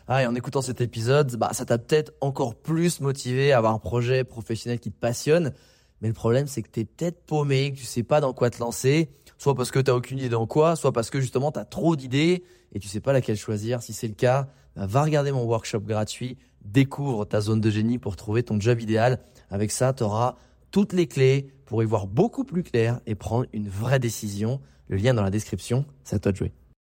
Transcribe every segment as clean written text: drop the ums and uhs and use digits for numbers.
Ah, et en écoutant cet épisode, ça t'a peut-être encore plus motivé à avoir un projet professionnel qui te passionne. Mais le problème, c'est que t'es peut-être paumé, que tu sais pas dans quoi te lancer. Soit parce que t'as aucune idée dans quoi, soit parce que justement t'as trop d'idées et tu sais pas laquelle choisir. Si c'est le cas, va regarder mon workshop gratuit. Découvre ta zone de génie pour trouver ton job idéal. Avec ça, t'auras toutes les clés pour y voir beaucoup plus clair et prendre une vraie décision. Le lien dans la description, c'est à toi de jouer.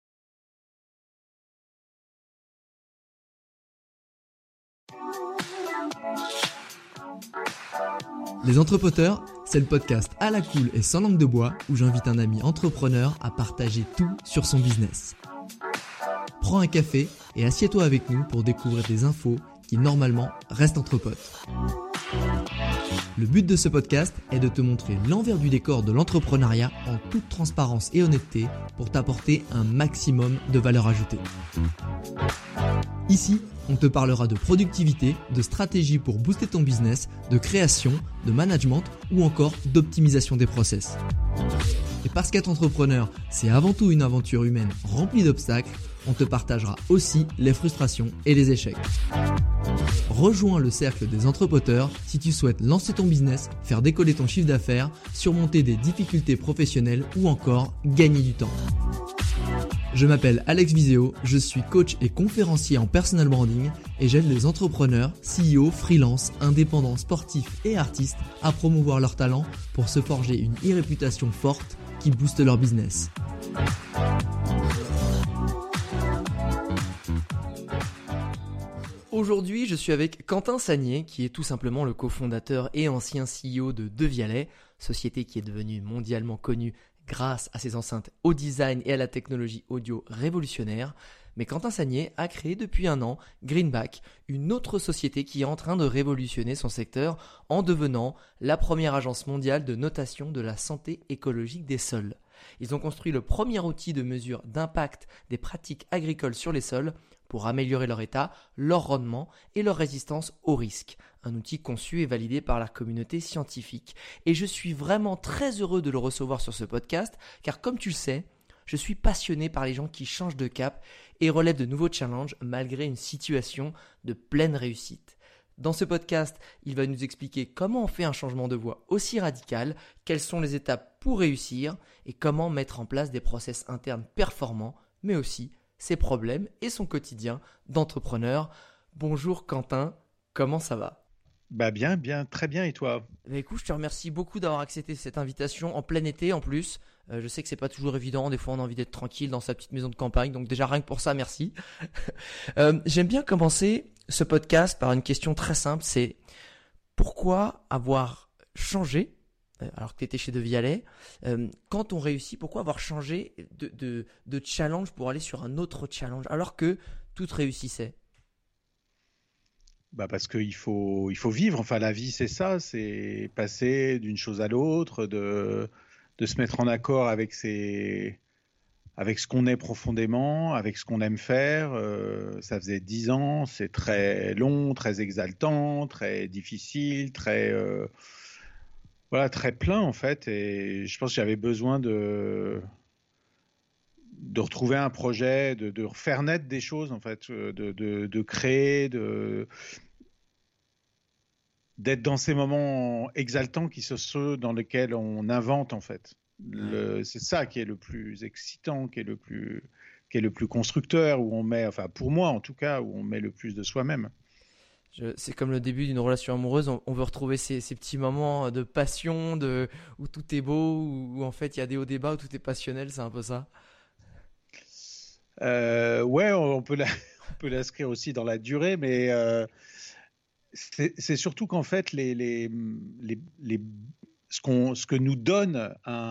Les Entrepoteurs, c'est le podcast à la cool et sans langue de bois où j'invite un ami entrepreneur à partager tout sur son business. Prends un café et assieds-toi avec nous pour découvrir des infos qui normalement restent entre potes. Le but de ce podcast est de te montrer l'envers du décor de l'entrepreneuriat en toute transparence et honnêteté pour t'apporter un maximum de valeur ajoutée. Ici, on te parlera de productivité, de stratégie pour booster ton business, de création, de management ou encore d'optimisation des process. Et parce qu'être entrepreneur, c'est avant tout une aventure humaine remplie d'obstacles, on te partagera aussi les frustrations et les échecs. Rejoins le cercle des Entrepoteurs si tu souhaites lancer ton business, faire décoller ton chiffre d'affaires, surmonter des difficultés professionnelles ou encore gagner du temps. Je m'appelle Alex Viseo, je suis coach et conférencier en personal branding et j'aide les entrepreneurs, CEO, freelance, indépendants, sportifs et artistes à promouvoir leurs talents pour se forger une e-réputation forte qui booste leur business. Aujourd'hui, je suis avec Quentin Sagnier, qui est tout simplement le cofondateur et ancien CEO de Devialet, société qui est devenue mondialement connue grâce à ses enceintes au design et à la technologie audio révolutionnaire. Mais Quentin Sagnier a créé depuis un an Greenback, une autre société qui est en train de révolutionner son secteur en devenant la première agence mondiale de notation de la santé écologique des sols. Ils ont construit le premier outil de mesure d'impact des pratiques agricoles sur les sols pour améliorer leur état, leur rendement et leur résistance aux risques. Un outil conçu et validé par la communauté scientifique. Et je suis vraiment très heureux de le recevoir sur ce podcast, car comme tu le sais, je suis passionné par les gens qui changent de cap et relèvent de nouveaux challenges malgré une situation de pleine réussite. Dans ce podcast, il va nous expliquer comment on fait un changement de voie aussi radical, quelles sont les étapes pour réussir et comment mettre en place des process internes performants, mais aussi ses problèmes et son quotidien d'entrepreneur. Bonjour Quentin, comment ça va ? Bien, très bien, et toi ? Écoute, je te remercie beaucoup d'avoir accepté cette invitation en plein été en plus. Je sais que c'est pas toujours évident, des fois on a envie d'être tranquille dans sa petite maison de campagne, donc déjà rien que pour ça, merci. J'aime bien commencer ce podcast par une question très simple, c'est pourquoi avoir changé alors que tu étais chez Devialet, quand on réussit, pourquoi avoir changé de challenge pour aller sur un autre challenge alors que tout réussissait ? Parce qu'il faut vivre. Enfin, la vie, c'est ça, c'est passer d'une chose à l'autre, de se mettre en accord avec ce qu'on est profondément, avec ce qu'on aime faire. Ça faisait 10 ans, c'est très long, très exaltant, très difficile, très plein en fait. Et je pense que j'avais besoin de retrouver un projet, de refaire naître des choses en fait, de créer, d'être dans ces moments exaltants qui sont ceux dans lesquels on invente en fait. C'est ça qui est le plus excitant, qui est le plus constructeur, où on met, enfin pour moi en tout cas, où on met le plus de soi-même. C'est comme le début d'une relation amoureuse, on veut retrouver ces petits moments de passion, où tout est beau, où en fait il y a des hauts débats, où tout est passionnel, c'est un peu ça. Ouais, on peut l'inscrire aussi dans la durée, mais c'est surtout qu'en fait ce que nous donne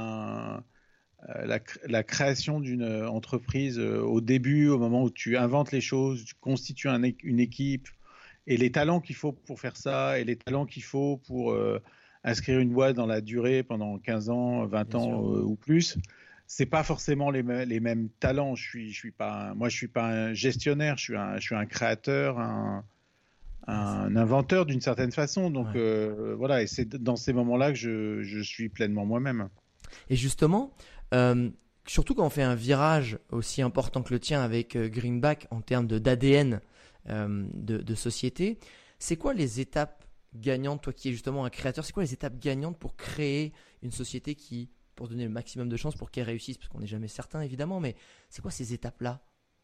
la création d'une entreprise au début, au moment où tu inventes les choses, tu constitues une équipe, et les talents qu'il faut pour faire ça, et les talents qu'il faut pour inscrire une boîte dans la durée pendant 15 ans, 20 Bien ans sûr. ou plus, c'est pas forcément les mêmes talents. Je suis pas un gestionnaire, je suis un créateur, un inventeur d'une certaine façon. Donc Ouais. voilà, et c'est dans ces moments-là que je suis pleinement moi-même. Et justement, surtout quand on fait un virage aussi important que le tien avec Greenback en termes d'ADN, de société. C'est quoi les étapes gagnantes, toi qui es justement un créateur, c'est quoi les étapes gagnantes pour créer une société pour donner le maximum de chances pour qu'elle réussisse, parce qu'on n'est jamais certain évidemment, mais c'est quoi ces étapes-là?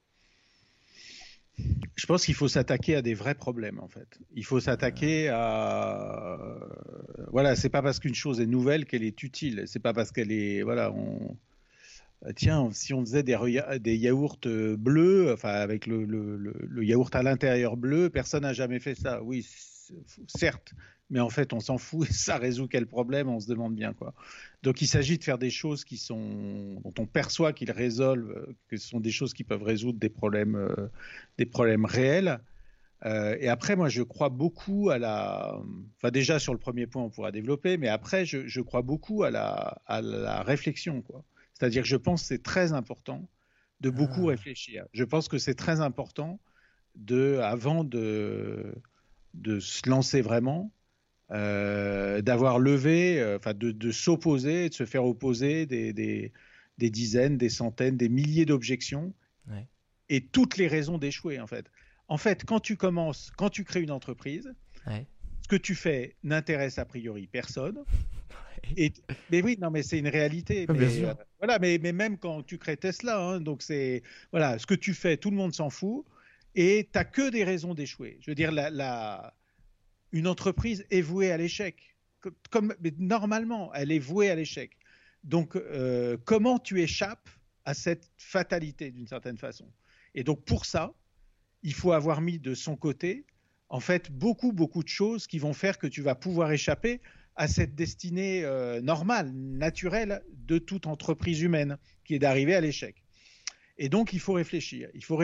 Je pense qu'il faut s'attaquer à des vrais problèmes, en fait. Il faut s'attaquer à... Voilà, c'est pas parce qu'une chose est nouvelle qu'elle est utile. C'est pas parce qu'elle est... Voilà, Tiens, si on faisait des yaourts bleus, enfin avec le yaourt à l'intérieur bleu, personne n'a jamais fait ça. Oui, certes, mais en fait, on s'en fout et ça résout quel problème, on se demande bien, quoi. Donc, il s'agit de faire des choses dont on perçoit qu'ils résolvent, que ce sont des choses qui peuvent résoudre des problèmes réels. Et après, moi, je crois beaucoup Enfin, déjà, sur le premier point, on pourra développer, mais après, je crois beaucoup à la réflexion, quoi. C'est-à-dire que je pense que c'est très important de beaucoup réfléchir. Je pense que c'est très important avant de se lancer vraiment, d'avoir levé, de s'opposer, de se faire opposer des dizaines, des centaines, des milliers d'objections, et toutes les raisons d'échouer, en fait. En fait, quand tu crées une entreprise, ce que tu fais n'intéresse a priori personne. Mais oui, non, mais c'est une réalité. Voilà, mais même quand tu crées Tesla, hein, donc voilà, ce que tu fais, tout le monde s'en fout, et t'as que des raisons d'échouer. Je veux dire, une entreprise est vouée à l'échec. Mais normalement, elle est vouée à l'échec. Donc, comment tu échappes à cette fatalité d'une certaine façon? Et donc, pour ça, il faut avoir mis de son côté, en fait, beaucoup, beaucoup de choses qui vont faire que tu vas pouvoir échapper à cette destinée normale, naturelle de toute entreprise humaine, qui est d'arriver à l'échec. Et donc, il faut réfléchir, il faut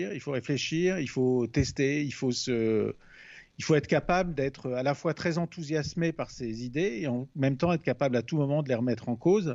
tester, il faut être capable d'être à la fois très enthousiasmé par ses idées et en même temps être capable à tout moment de les remettre en cause.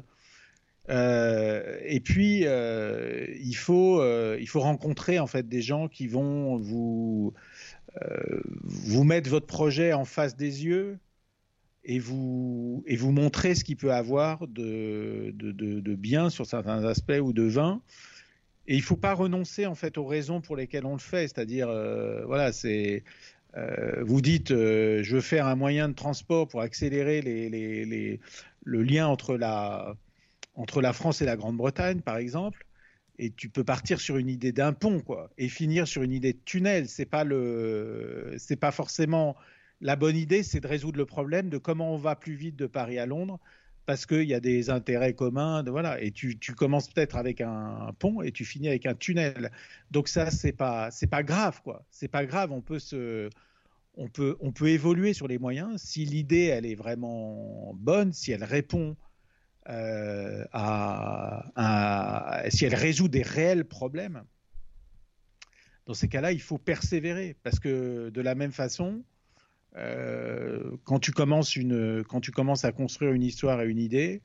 Et puis, il faut rencontrer en fait des gens qui vont vous mettre votre projet en face des yeux et vous montrer ce qu'il peut avoir de bien sur certains aspects ou de vain. Et il ne faut pas renoncer en fait aux raisons pour lesquelles on le fait. C'est-à-dire, voilà, vous dites, je veux faire un moyen de transport pour accélérer le lien entre la France et la Grande-Bretagne, par exemple. Et tu peux partir sur une idée d'un pont, quoi, et finir sur une idée de tunnel. C'est pas forcément la bonne idée, c'est de résoudre le problème de comment on va plus vite de Paris à Londres, parce qu'il y a des intérêts communs, voilà. Et tu commences peut-être avec un pont et tu finis avec un tunnel. Donc ça, c'est pas grave, quoi. C'est pas grave. On peut évoluer sur les moyens si l'idée elle est vraiment bonne, si elle répond si elle résout des réels problèmes. Dans ces cas-là, il faut persévérer, parce que de la même façon, quand tu commences à construire une histoire et une idée,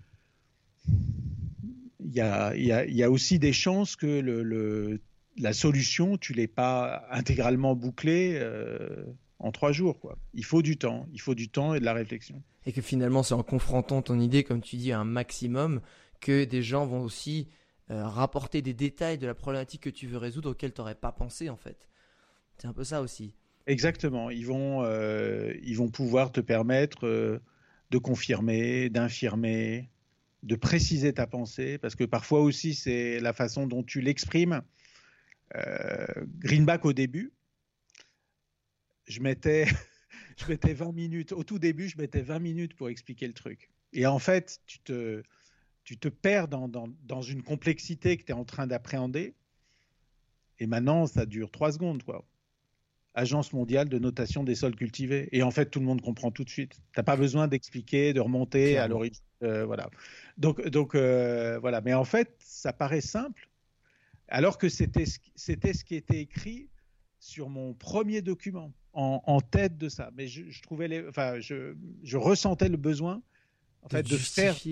il y a aussi des chances que la solution, tu l'aies pas intégralement bouclée en 3 jours, quoi. Il faut du temps et de la réflexion. Et que finalement, c'est en confrontant ton idée, comme tu dis, à un maximum, que des gens vont aussi rapporter des détails de la problématique que tu veux résoudre auxquels tu n'aurais pas pensé, en fait. C'est un peu ça aussi. Exactement. Ils vont pouvoir te permettre de confirmer, d'infirmer, de préciser ta pensée, parce que parfois aussi, c'est la façon dont tu l'exprimes. Greenback, au début, je mettais 20 minutes. Au tout début, je mettais 20 minutes pour expliquer le truc. Et en fait, tu te perds dans une complexité que tu es en train d'appréhender. Et maintenant, ça dure 3 secondes, quoi. Agence mondiale de notation des sols cultivés. Et en fait, tout le monde comprend tout de suite. Tu n'as pas besoin d'expliquer, de remonter Clairement. à l'origine. Voilà. Donc voilà. Mais en fait, ça paraît simple, alors que c'était ce qui était écrit sur mon premier document, en tête de ça. Mais je ressentais le besoin, en fait, de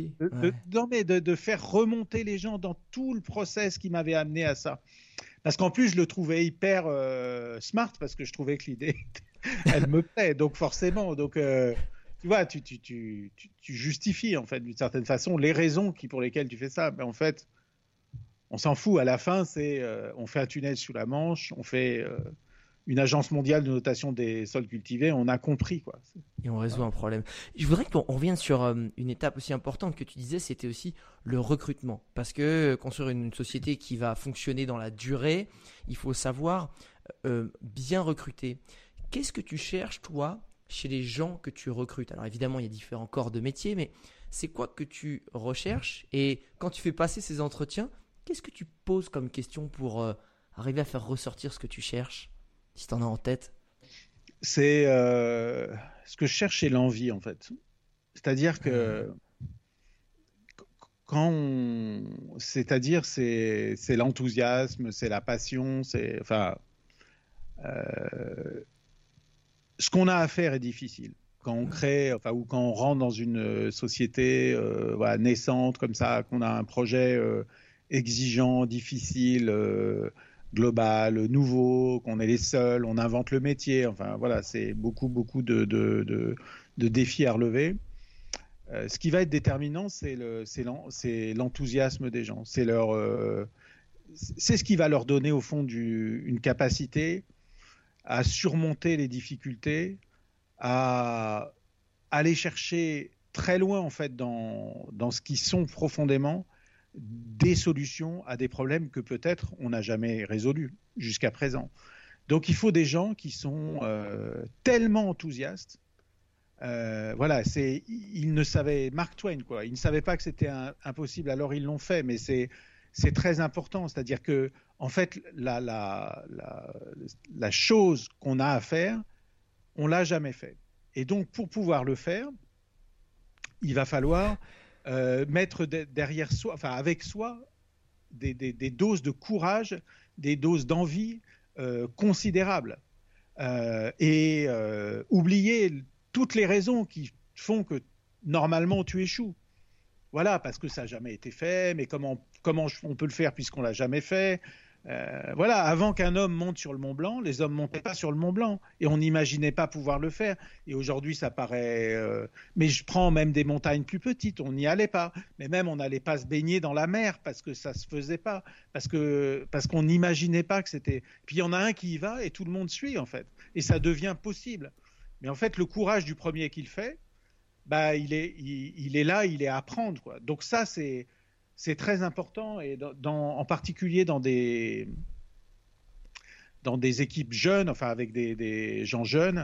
faire remonter les gens dans tout le process qui m'avait amené à ça. Parce qu'en plus, je le trouvais hyper smart, parce que je trouvais que l'idée, elle me plaît. Donc forcément, tu vois, tu justifies en fait d'une certaine façon les raisons pour lesquelles tu fais ça. Mais en fait, on s'en fout. À la fin, on fait un tunnel sous la Manche, on fait une agence mondiale de notation des sols cultivés, on a compris, quoi. Et on résout un problème. Je voudrais qu'on revienne sur une étape aussi importante que tu disais, c'était aussi le recrutement. Parce que construire une société qui va fonctionner dans la durée, il faut savoir bien recruter. Qu'est-ce que tu cherches, toi, chez les gens que tu recrutes? Alors évidemment, il y a différents corps de métier, mais c'est quoi que tu recherches? Et quand tu fais passer ces entretiens, qu'est-ce que tu poses comme question pour arriver à faire ressortir ce que tu cherches, si tu en as en tête? C'est ce que je cherche, c'est l'envie, en fait. C'est-à-dire que c'est-à-dire c'est l'enthousiasme, c'est la passion, ce qu'on a à faire est difficile. Quand on crée, ou quand on rentre dans une société naissante comme ça, qu'on a un projet exigeant, difficile, global, nouveau, qu'on est les seuls, on invente le métier. Enfin voilà, c'est beaucoup de défis à relever. Ce qui va être déterminant, c'est l'enthousiasme des gens. C'est ce qui va leur donner au fond une capacité à surmonter les difficultés, à aller chercher très loin en fait dans ce qu'ils sont profondément, des solutions à des problèmes que peut-être on n'a jamais résolus jusqu'à présent. Donc il faut des gens qui sont tellement enthousiastes. Ils ne savaient, Mark Twain, quoi, ils ne savaient pas que c'était impossible, alors ils l'ont fait, mais c'est très important. C'est-à-dire que, en fait, la chose qu'on a à faire, on l'a jamais fait. Et donc, pour pouvoir le faire, il va falloir mettre derrière soi, enfin avec soi, des doses de courage, des doses d'envie considérables, et oublier toutes les raisons qui font que normalement tu échoues. Voilà, parce que ça n'a jamais été fait, mais comment on peut le faire puisqu'on l'a jamais fait? Voilà, avant qu'un homme monte sur le Mont Blanc, les hommes montaient pas sur le Mont Blanc et on n'imaginait pas pouvoir le faire. Et aujourd'hui, ça paraît. Mais je prends même des montagnes plus petites, on n'y allait pas. Mais même on n'allait pas se baigner dans la mer parce que ça se faisait pas, parce qu'on n'imaginait pas que c'était. Puis il y en a un qui y va et tout le monde suit en fait, et ça devient possible. Mais en fait, le courage du premier qui le fait, bah il est là, il est à apprendre, quoi. Donc ça c'est très important, et en particulier dans des équipes jeunes, enfin avec des gens jeunes,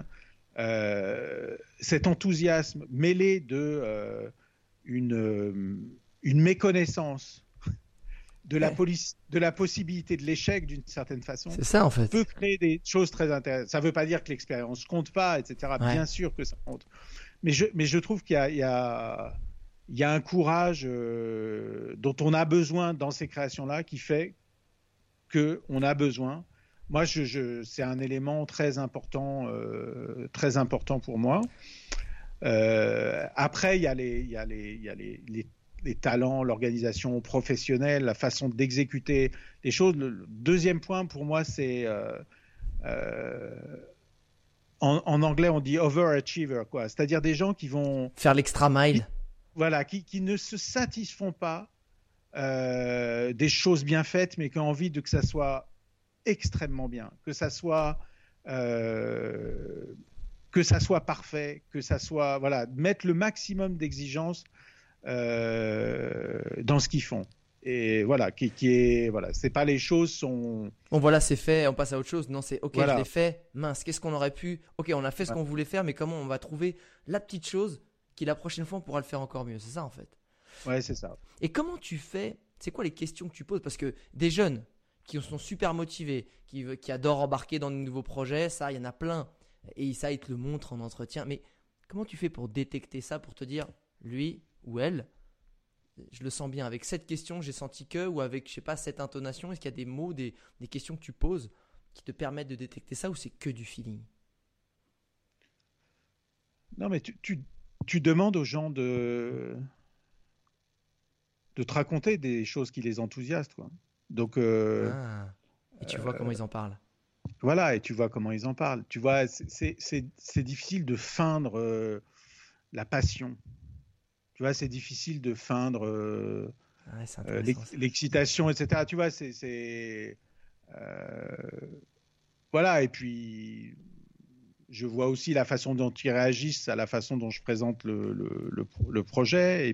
cet enthousiasme mêlé de une méconnaissance de la possibilité de l'échec d'une certaine façon, c'est ça en fait, peut créer des choses très intéressantes. Ça ne veut pas dire que l'expérience compte pas, etc. Ouais. Bien sûr que ça compte, mais je trouve qu'il y a un courage dont on a besoin dans ces créations-là, qui fait qu'on a besoin. Moi, c'est un élément très important pour moi. Après, il y a les talents, l'organisation professionnelle, la façon d'exécuter les choses. Le deuxième point pour moi, c'est en anglais on dit overachiever, quoi. C'est-à-dire des gens qui vont faire l'extra mile. Qui ne se satisfont pas des choses bien faites, mais qui ont envie que ça soit extrêmement bien, que ça soit parfait, que ça soit mettre le maximum d'exigences dans ce qu'ils font. Et voilà, c'est pas les choses sont. Bon voilà, c'est fait, on passe à autre chose. Non, c'est ok, Voilà. Je l'ai fait. Mince, qu'est-ce qu'on aurait pu? Ok, on a fait ce qu'on voulait faire, mais comment on va trouver la petite chose qui la prochaine fois on pourra le faire encore mieux? C'est ça en fait. Ouais, c'est ça. Et comment tu fais? C'est quoi les questions que tu poses? Parce que des jeunes qui sont super motivés, qui adorent embarquer dans de nouveaux projets, ça, il y en a plein. Et ça, ils te le montrent en entretien. Mais comment tu fais pour détecter ça, pour te dire, lui ou elle, je le sens bien avec cette question, j'ai senti que, ou avec, je sais pas, cette intonation, est-ce qu'il y a des mots, des questions que tu poses qui te permettent de détecter ça, ou c'est que du feeling? Non, mais tu demandes aux gens de te raconter des choses qui les enthousiasment, quoi. Donc, et tu vois comment ils en parlent. Voilà, et tu vois comment ils en parlent. Tu vois, c'est difficile de feindre la passion. Tu vois, c'est difficile de feindre l'excitation, etc. Tu vois, voilà, et puis je vois aussi la façon dont ils réagissent à la façon dont je présente le projet.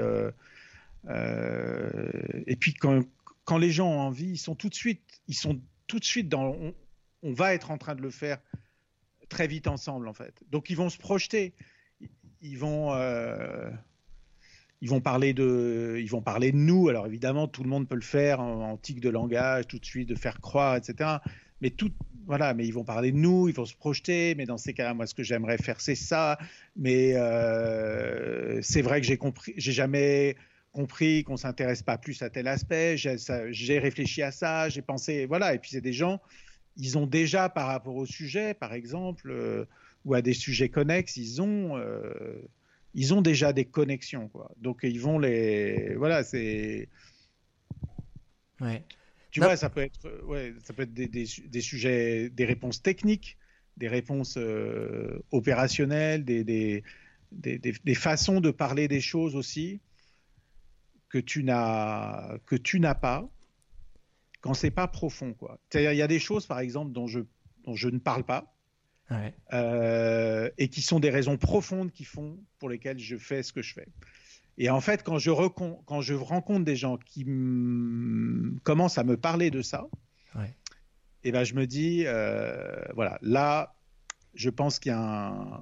Et puis quand les gens ont envie, ils sont tout de suite dans. On va être en train de le faire très vite ensemble, en fait. Donc ils vont se projeter. Ils vont parler de nous. Alors évidemment, tout le monde peut le faire en tic de langage, tout de suite, de faire croire, etc. Mais voilà, mais ils vont parler de nous, ils vont se projeter. Mais dans ces cas-là, moi, ce que j'aimerais faire, c'est ça. Mais c'est vrai que j'ai jamais compris qu'on s'intéresse pas plus à tel aspect. J'ai réfléchi à ça, j'ai pensé, voilà. Et puis c'est des gens, ils ont déjà par rapport au sujet, par exemple, ou à des sujets connexes, ils ont déjà des connexions, quoi. Donc ils vont voilà, c'est. Ouais. Tu vois, ça peut être des sujets, des réponses techniques, des réponses opérationnelles, des façons de parler des choses aussi que tu n'as pas quand c'est pas profond, quoi. C'est-à-dire, il y a des choses, par exemple, dont je ne parle pas. Ouais. Et qui sont des raisons profondes pour lesquelles je fais ce que je fais. Et en fait, quand je rencontre des gens qui commencent à me parler de ça, ouais. Et ben je me dis, voilà, là, je pense qu'il y a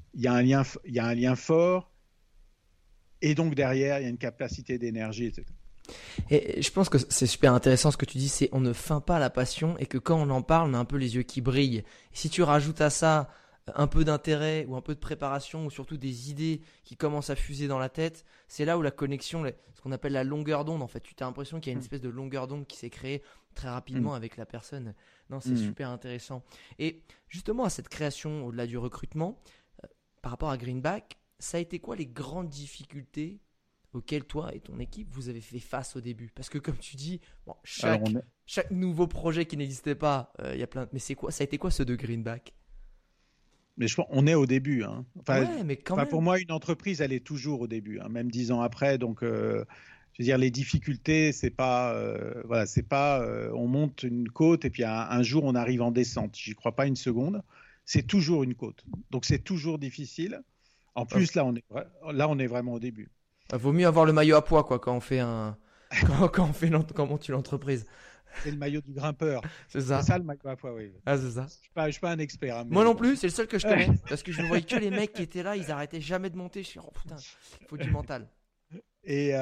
un lien fort, et donc derrière, il y a une capacité d'énergie, etc. Et je pense que c'est super intéressant ce que tu dis, c'est on ne feint pas la passion et que quand on en parle, on a un peu les yeux qui brillent. Et si tu rajoutes à ça un peu d'intérêt ou un peu de préparation ou surtout des idées qui commencent à fuser dans la tête, c'est là où la connexion, ce qu'on appelle la longueur d'onde en fait, tu as l'impression qu'il y a une espèce de longueur d'onde qui s'est créée très rapidement avec la personne. Non, c'est super intéressant. Et justement à cette création au-delà du recrutement, par rapport à Greenback, ça a été quoi les grandes difficultés auxquelles toi et ton équipe vous avez fait face au début? Parce que comme tu dis, bon, chaque nouveau projet qui n'existait pas, il y a plein. Mais c'est quoi? Ça a été quoi ce de Greenback? Mais je pense on est au début. Hein. Ouais, mais quand même. Pour moi, une entreprise, elle est toujours au début, hein, même 10 ans après. Donc, je veux dire, les difficultés, c'est pas, voilà, c'est pas, on monte une côte et puis un jour on arrive en descente. J'y crois pas une seconde. C'est toujours une côte. Donc, c'est toujours difficile. En plus, là, on est vraiment au début. Vaut mieux avoir le maillot à pois quoi quand on fait quand on monte une entreprise. C'est le maillot du grimpeur. C'est ça. C'est ça le maillot à pois, oui. Ah, c'est ça. Je suis pas un expert. Hein, moi non plus, c'est le seul que je connais. Parce que je ne voyais que les mecs qui étaient là, ils arrêtaient jamais de monter. Je suis oh putain, il faut du mental. Et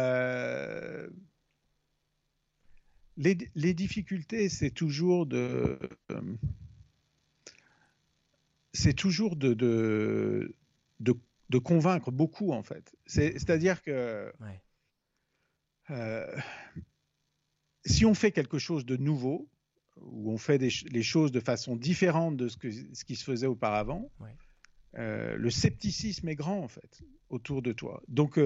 les difficultés, c'est toujours de convaincre beaucoup, en fait. C'est-à-dire que si on fait quelque chose de nouveau, ou on fait les choses de façon différente de ce qui se faisait auparavant, le scepticisme est grand, en fait, autour de toi. Donc,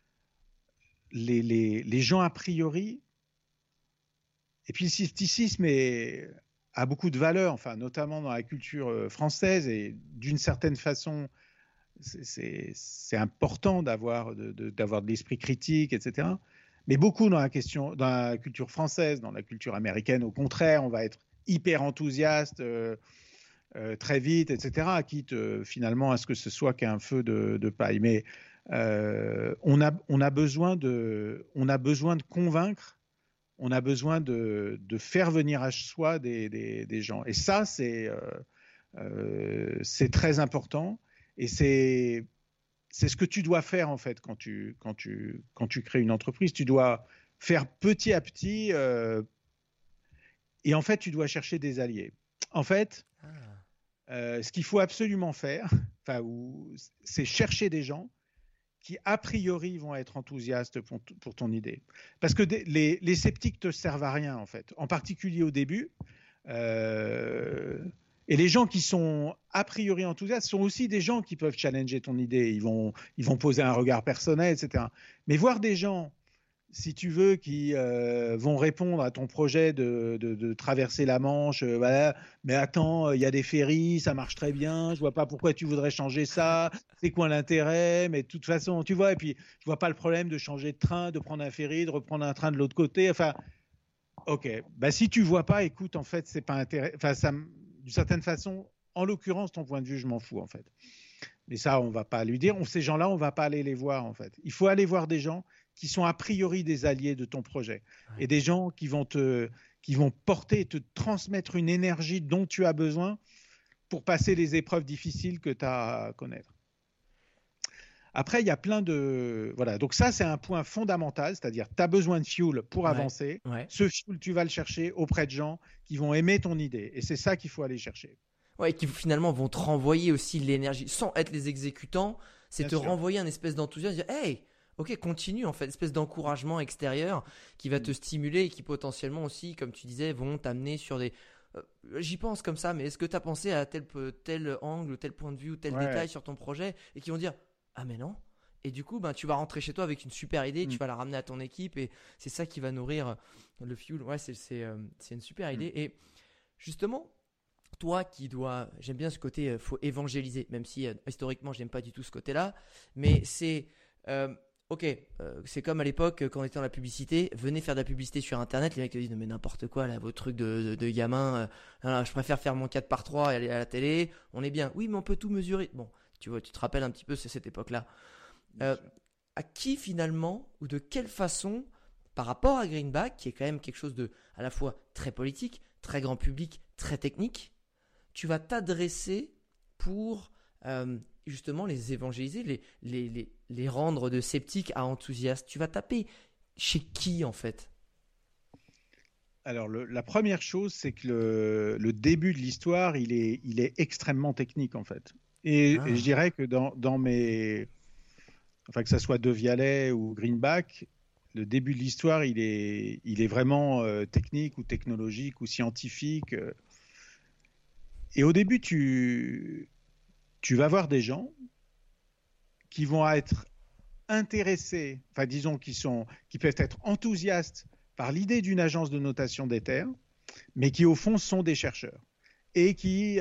les gens, a priori, et puis le scepticisme a beaucoup de valeur, enfin, notamment dans la culture française, et d'une certaine façon, c'est important d'avoir de l'esprit critique, etc. Mais beaucoup dans la culture française, dans la culture américaine, au contraire, on va être hyper enthousiaste très vite, etc. Quitte finalement à ce que ce soit qu'un feu de paille. Mais on a besoin de convaincre, on a besoin de faire venir à soi des gens. Et ça, c'est très important. Et c'est ce que tu dois faire en fait quand tu crées une entreprise. Tu dois faire petit à petit et en fait tu dois chercher des alliés. En fait, ce qu'il faut absolument faire, c'est chercher des gens qui a priori vont être enthousiastes pour ton idée. Parce que les sceptiques te servent à rien en fait, en particulier au début. Et les gens qui sont a priori enthousiastes sont aussi des gens qui peuvent challenger ton idée. Ils vont poser un regard personnel, etc. Mais voir des gens, si tu veux, qui vont répondre à ton projet de traverser la Manche, voilà, mais attends, il y a des ferries, ça marche très bien, je vois pas pourquoi tu voudrais changer ça, c'est quoi l'intérêt, mais de toute façon, tu vois, et puis je vois pas le problème de changer de train, de prendre un ferry, de reprendre un train de l'autre côté, enfin, ok, bah si tu vois pas, écoute, en fait, c'est pas intéressant, enfin, d'une certaine façon, en l'occurrence, ton point de vue, je m'en fous en fait. Mais ça, on ne va pas lui dire. Ces gens-là, on ne va pas aller les voir en fait. Il faut aller voir des gens qui sont a priori des alliés de ton projet et des gens qui vont porter, te transmettre une énergie dont tu as besoin pour passer les épreuves difficiles que tu as à connaître. Après, il y a plein de... Voilà, donc ça, c'est un point fondamental, c'est-à-dire tu as besoin de fuel pour avancer. Ouais. Ce fuel, tu vas le chercher auprès de gens qui vont aimer ton idée. Et c'est ça qu'il faut aller chercher. Ouais, et qui finalement vont te renvoyer aussi l'énergie, sans être les exécutants, c'est Bien te sûr. renvoyer un espèce d'enthousiasme, dire hey, ok, continue en fait, une espèce d'encouragement extérieur qui va te stimuler et qui potentiellement aussi, comme tu disais, vont t'amener sur des. J'y pense comme ça, mais est-ce que tu as pensé à tel angle, tel point de vue ou tel détail sur ton projet et qui vont dire ah mais non. Et du coup, tu vas rentrer chez toi avec une super idée, tu vas la ramener à ton équipe et c'est ça qui va nourrir le fuel. Ouais, c'est une super idée. Et justement, toi qui dois, j'aime bien ce côté, faut évangéliser, même si historiquement, je n'aime pas du tout ce côté-là, mais c'est, c'est comme à l'époque quand on était dans la publicité, venez faire de la publicité sur Internet, les mecs te disent, non mais n'importe quoi, là, vos trucs de gamin, je préfère faire mon 4x3 et aller à la télé, on est bien. Oui, mais on peut tout mesurer. Bon, tu vois, tu te rappelles un petit peu, c'est cette époque-là. À qui finalement, ou de quelle façon, par rapport à Greenback, qui est quand même quelque chose de à la fois très politique, très grand public, très technique, tu vas t'adresser pour justement les évangéliser, les rendre de sceptiques à enthousiastes. Tu vas taper chez qui en fait? Alors, la première chose, c'est que le début de l'histoire, il est extrêmement technique en fait. Et je dirais que dans mes... Enfin, que ça soit De Vialet ou Greenback, le début de l'histoire, il est vraiment technique ou technologique ou scientifique. Et au début, tu vas voir des gens qui vont être intéressés, enfin disons qui peuvent être enthousiastes par l'idée d'une agence de notation des terres, mais qui au fond sont des chercheurs. Et qui,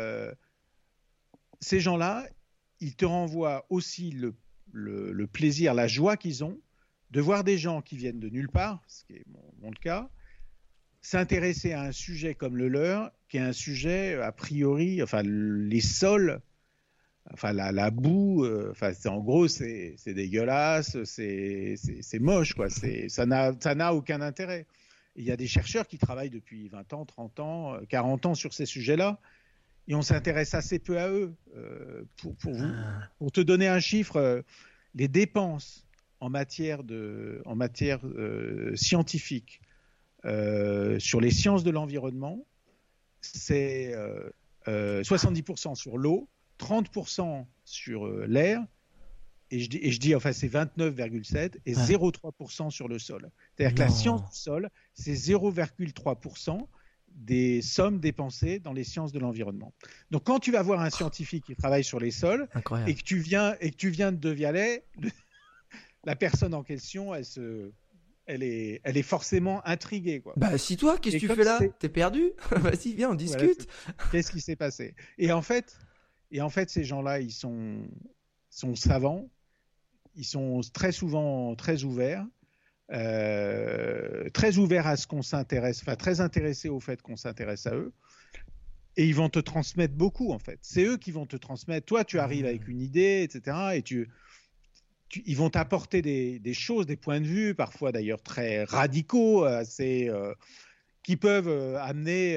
ces gens-là, ils te renvoient aussi le plaisir, la joie qu'ils ont de voir des gens qui viennent de nulle part, ce qui est mon cas, s'intéresser à un sujet comme le leur, qui est un sujet a priori, enfin les sols, enfin la boue, en gros c'est dégueulasse, c'est moche quoi, ça n'a aucun intérêt. Il y a des chercheurs qui travaillent depuis 20 ans, 30 ans, 40 ans sur ces sujets-là, et on s'intéresse assez peu à eux. Pour te donner un chiffre, les dépenses en matière scientifique sur les sciences de l'environnement, c'est 70% sur l'eau, 30% sur l'air, et je dis enfin c'est 29,7 et 0,3% sur le sol. C'est-à-dire que la science du sol, c'est 0,3% des sommes dépensées dans les sciences de l'environnement. Donc quand tu vas voir un scientifique qui travaille sur les sols et que tu viens de De Vialet, la personne en question, elle est forcément intriguée, quoi. Bah, si toi, qu'est-ce que tu fais là? T'es perdu? Vas-y, viens, on discute. Voilà, qu'est-ce qui s'est passé? Et en fait, ces gens-là, ils sont savants, ils sont très souvent très ouverts à ce qu'on s'intéresse, enfin très intéressés au fait qu'on s'intéresse à eux. Et ils vont te transmettre beaucoup, en fait. C'est eux qui vont te transmettre. Toi, tu arrives avec une idée, etc. Et ils vont t'apporter des choses, des points de vue, parfois d'ailleurs très radicaux, qui peuvent amener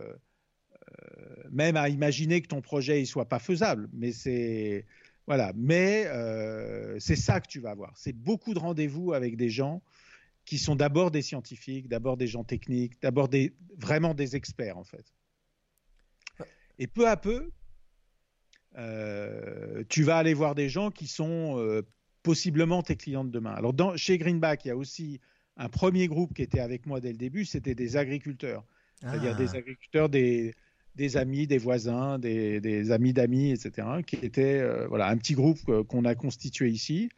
même à imaginer que ton projet ne soit pas faisable. Mais c'est ça que tu vas avoir. C'est beaucoup de rendez-vous avec des gens qui sont d'abord des scientifiques, d'abord des gens techniques, d'abord vraiment des experts en fait. Et peu à peu, tu vas aller voir des gens qui sont possiblement tes clients de demain. Alors chez Greenback, il y a aussi un premier groupe qui était avec moi dès le début, c'était des agriculteurs. C'est-à-dire des agriculteurs, des amis, des voisins, des amis d'amis, etc., qui étaient un petit groupe qu'on a constitué ici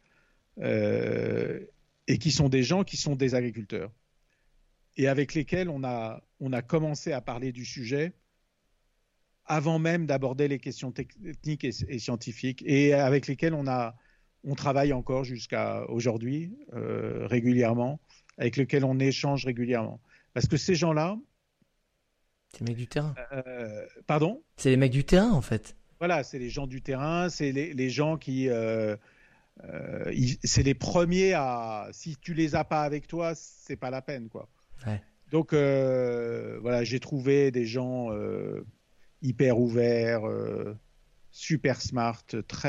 et qui sont des gens qui sont des agriculteurs et avec lesquels on a commencé à parler du sujet avant même d'aborder les questions techniques et scientifiques et avec lesquels on travaille encore jusqu'à aujourd'hui régulièrement, avec lesquels on échange régulièrement. Parce que ces gens-là, C'est les mecs du terrain. Pardon? C'est les mecs du terrain, en fait. Voilà, c'est les gens du terrain, c'est les gens qui... c'est les premiers à... Si tu les as pas avec toi, c'est pas la peine, quoi. Ouais. Donc, voilà, j'ai trouvé des gens hyper ouverts, super smart,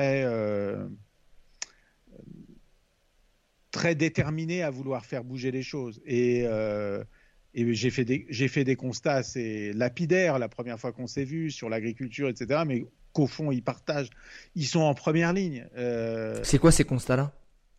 très déterminés à vouloir faire bouger les choses. Et j'ai fait des constats assez lapidaires la première fois qu'on s'est vu sur l'agriculture, etc. Mais qu'au fond, ils partagent. Ils sont en première ligne. C'est quoi ces constats-là?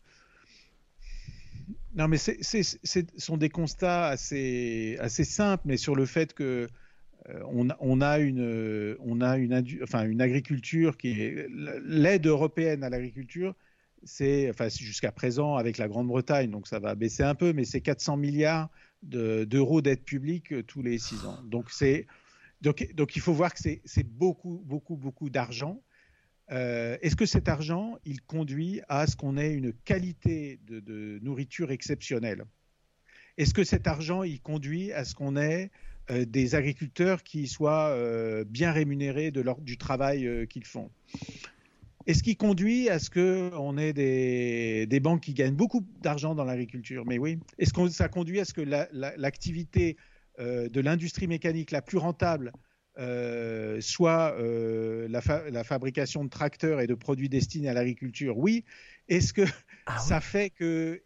Non, mais ce sont des constats assez simples, mais sur le fait que on a une agriculture qui est l'aide européenne à l'agriculture. Enfin, jusqu'à présent avec la Grande-Bretagne, donc ça va baisser un peu, mais c'est 400 milliards d'euros d'aide publique tous les 6 ans. Donc il faut voir que c'est beaucoup, beaucoup, beaucoup d'argent. Est-ce que cet argent, il conduit à ce qu'on ait une qualité de nourriture exceptionnelle? Est-ce que cet argent, il conduit à ce qu'on ait des agriculteurs qui soient bien rémunérés du travail qu'ils font? Est-ce qu'il conduit à ce qu'on ait des banques qui gagnent beaucoup d'argent dans l'agriculture? Mais oui. Est-ce que ça conduit à ce que l'activité de l'industrie mécanique la plus rentable soit la fabrication de tracteurs et de produits destinés à l'agriculture? Oui. Est-ce que ça fait que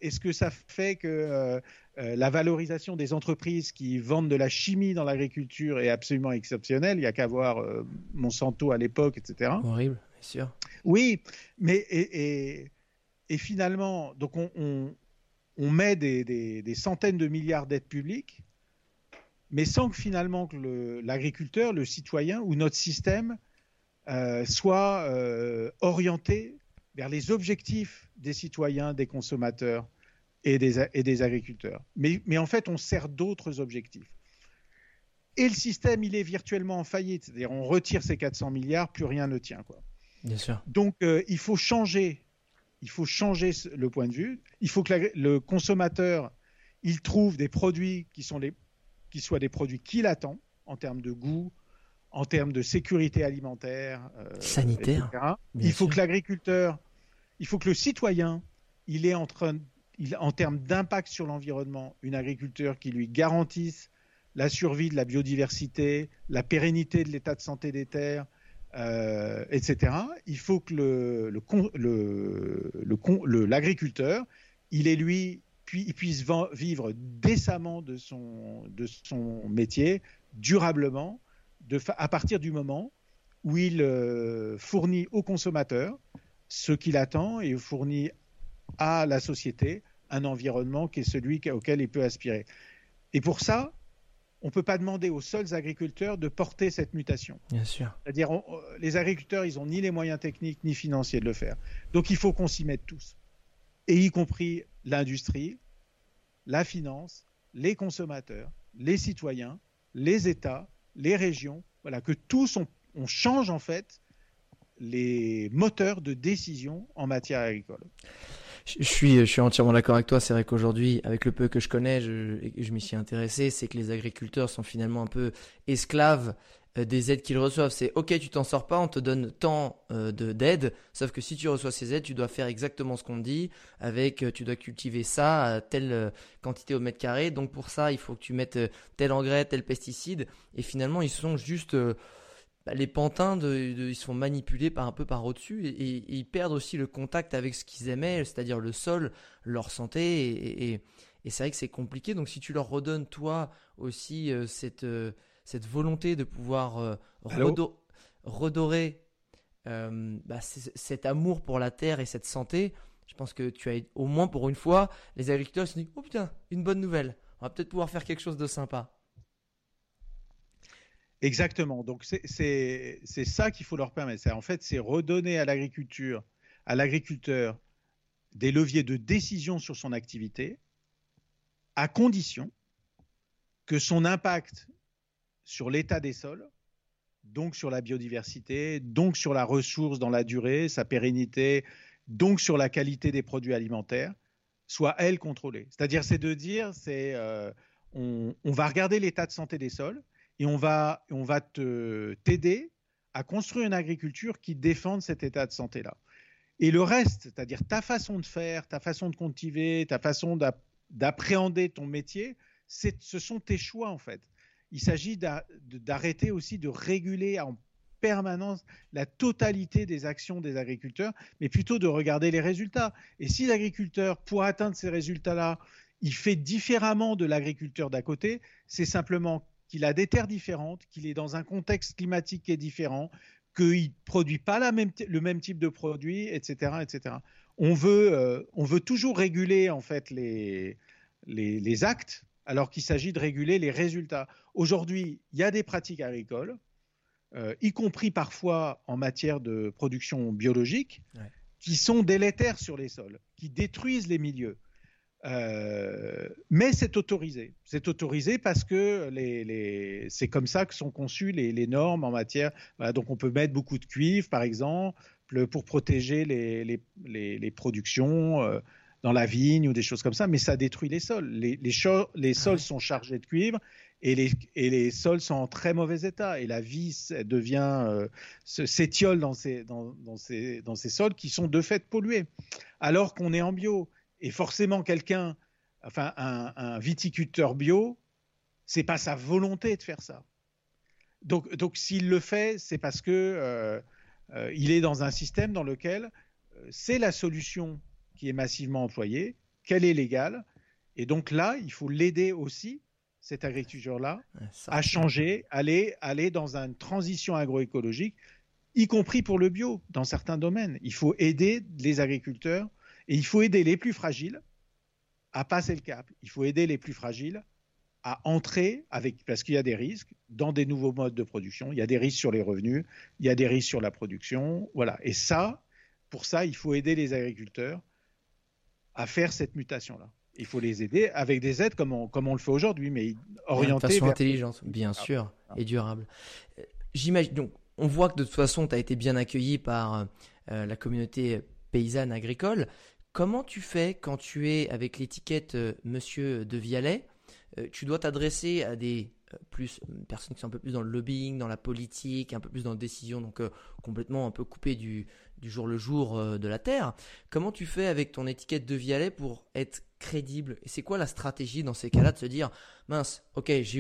la valorisation des entreprises qui vendent de la chimie dans l'agriculture est absolument exceptionnelle? Il n'y a qu'à voir Monsanto à l'époque, etc. Horrible, bien sûr. Oui, mais et finalement, donc on met des centaines de milliards d'aides publiques, mais sans que finalement que l'agriculteur, le citoyen ou notre système soit orienté vers les objectifs des citoyens, des consommateurs et des agriculteurs. Mais en fait, on sert d'autres objectifs. Et le système, il est virtuellement en faillite. C'est-à-dire, on retire ces 400 milliards, plus rien ne tient, quoi. Bien sûr. Donc, il faut changer le point de vue. Il faut que le consommateur, il trouve des produits qui soient des produits qu'il attend en termes de goût, en termes de sécurité alimentaire, sanitaire. etc. Il faut que l'agriculteur, il faut que le citoyen, il ait en termes d'impact sur l'environnement, une agriculture qui lui garantisse la survie de la biodiversité, la pérennité de l'état de santé des terres, etc. Il faut que l'agriculteur, il puisse vivre décemment de son métier, durablement, à partir du moment où il fournit au consommateur ce qu'il attend et fournit à la société un environnement qui est celui auquel il peut aspirer. Et pour ça, on ne peut pas demander aux seuls agriculteurs de porter cette mutation. Bien sûr. C'est-à-dire, les agriculteurs, ils n'ont ni les moyens techniques ni financiers de le faire. Donc, il faut qu'on s'y mette tous, et y compris l'industrie, la finance, les consommateurs, les citoyens, les États, les régions, voilà, que tous on change en fait les moteurs de décision en matière agricole. Je suis entièrement d'accord avec toi. C'est vrai qu'aujourd'hui, avec le peu que je connais, je m'y suis intéressé, c'est que les agriculteurs sont finalement un peu esclaves des aides qu'ils reçoivent. C'est OK, tu t'en sors pas, on te donne tant d'aides, sauf que si tu reçois ces aides, tu dois faire exactement ce qu'on te dit, tu dois cultiver ça à telle quantité au mètre carré. Donc pour ça, il faut que tu mettes tel engrais, tel pesticide. Et finalement, ils sont juste les pantins, ils se font manipuler un peu par au-dessus et ils perdent aussi le contact avec ce qu'ils aimaient, c'est-à-dire le sol, leur santé. Et c'est vrai que c'est compliqué. Donc si tu leur redonnes, toi aussi, cette volonté de pouvoir redorer cet amour pour la terre et cette santé, je pense que tu as au moins pour une fois, les agriculteurs se disent « Oh putain, une bonne nouvelle, on va peut-être pouvoir faire quelque chose de sympa ». Exactement. Donc, c'est ça qu'il faut leur permettre. En fait, c'est redonner à l'agriculteur des leviers de décision sur son activité, à condition que son impact sur l'état des sols, donc sur la biodiversité, donc sur la ressource dans la durée, sa pérennité, donc sur la qualité des produits alimentaires, soit, elle, contrôlée. C'est-à-dire, on va regarder l'état de santé des sols. et on va t'aider à construire une agriculture qui défende cet état de santé-là. Et le reste, c'est-à-dire ta façon de faire, ta façon de cultiver, ta façon d'appréhender ton métier, ce sont tes choix en fait. Il s'agit d'arrêter aussi de réguler en permanence la totalité des actions des agriculteurs, mais plutôt de regarder les résultats. Et si l'agriculteur, pour atteindre ces résultats-là, il fait différemment de l'agriculteur d'à côté, c'est simplement qu'il a des terres différentes, qu'il est dans un contexte climatique qui est différent, qu'il ne produit pas le même type de produit, etc., etc. On veut toujours réguler en fait les actes, alors qu'il s'agit de réguler les résultats. Aujourd'hui, il y a des pratiques agricoles, y compris parfois en matière de production biologique, qui sont délétères sur les sols, qui détruisent les milieux. Mais c'est autorisé. C'est autorisé parce que c'est comme ça que sont conçues les normes en matière. Voilà, donc on peut mettre beaucoup de cuivre, par exemple, pour protéger les productions dans la vigne ou des choses comme ça, mais ça détruit les sols. Les sols sont chargés de cuivre et les sols sont en très mauvais état. Et la vie s'étiole dans ces sols qui sont de fait pollués, alors qu'on est en bio. Et forcément, un viticulteur bio, c'est pas sa volonté de faire ça. Donc s'il le fait, c'est parce que il est dans un système dans lequel c'est la solution qui est massivement employée, qu'elle est légale. Et donc là, il faut l'aider aussi, cette agriculture-là, à changer, aller dans une transition agroécologique, y compris pour le bio, dans certains domaines. Il faut aider les agriculteurs. Et il faut aider les plus fragiles à passer le cap. Il faut aider les plus fragiles à entrer, parce qu'il y a des risques, dans des nouveaux modes de production. Il y a des risques sur les revenus, il y a des risques sur la production. Voilà. Et pour ça, il faut aider les agriculteurs à faire cette mutation-là. Il faut les aider avec des aides comme on le fait aujourd'hui, mais orientées de façon intelligente, bien sûr, et durable. J'imagine. Donc, on voit que de toute façon, tu as été bien accueilli par la communauté paysanne agricole. Comment tu fais quand tu es avec l'étiquette Monsieur de Vialet? Tu dois t'adresser à des personnes qui sont un peu plus dans le lobbying, dans la politique, un peu plus dans la décision, donc complètement un peu coupé du jour le jour de la terre. Comment tu fais avec ton étiquette de Vialet pour être crédible? Et c'est quoi la stratégie dans ces cas-là de se dire mince, ok, j'ai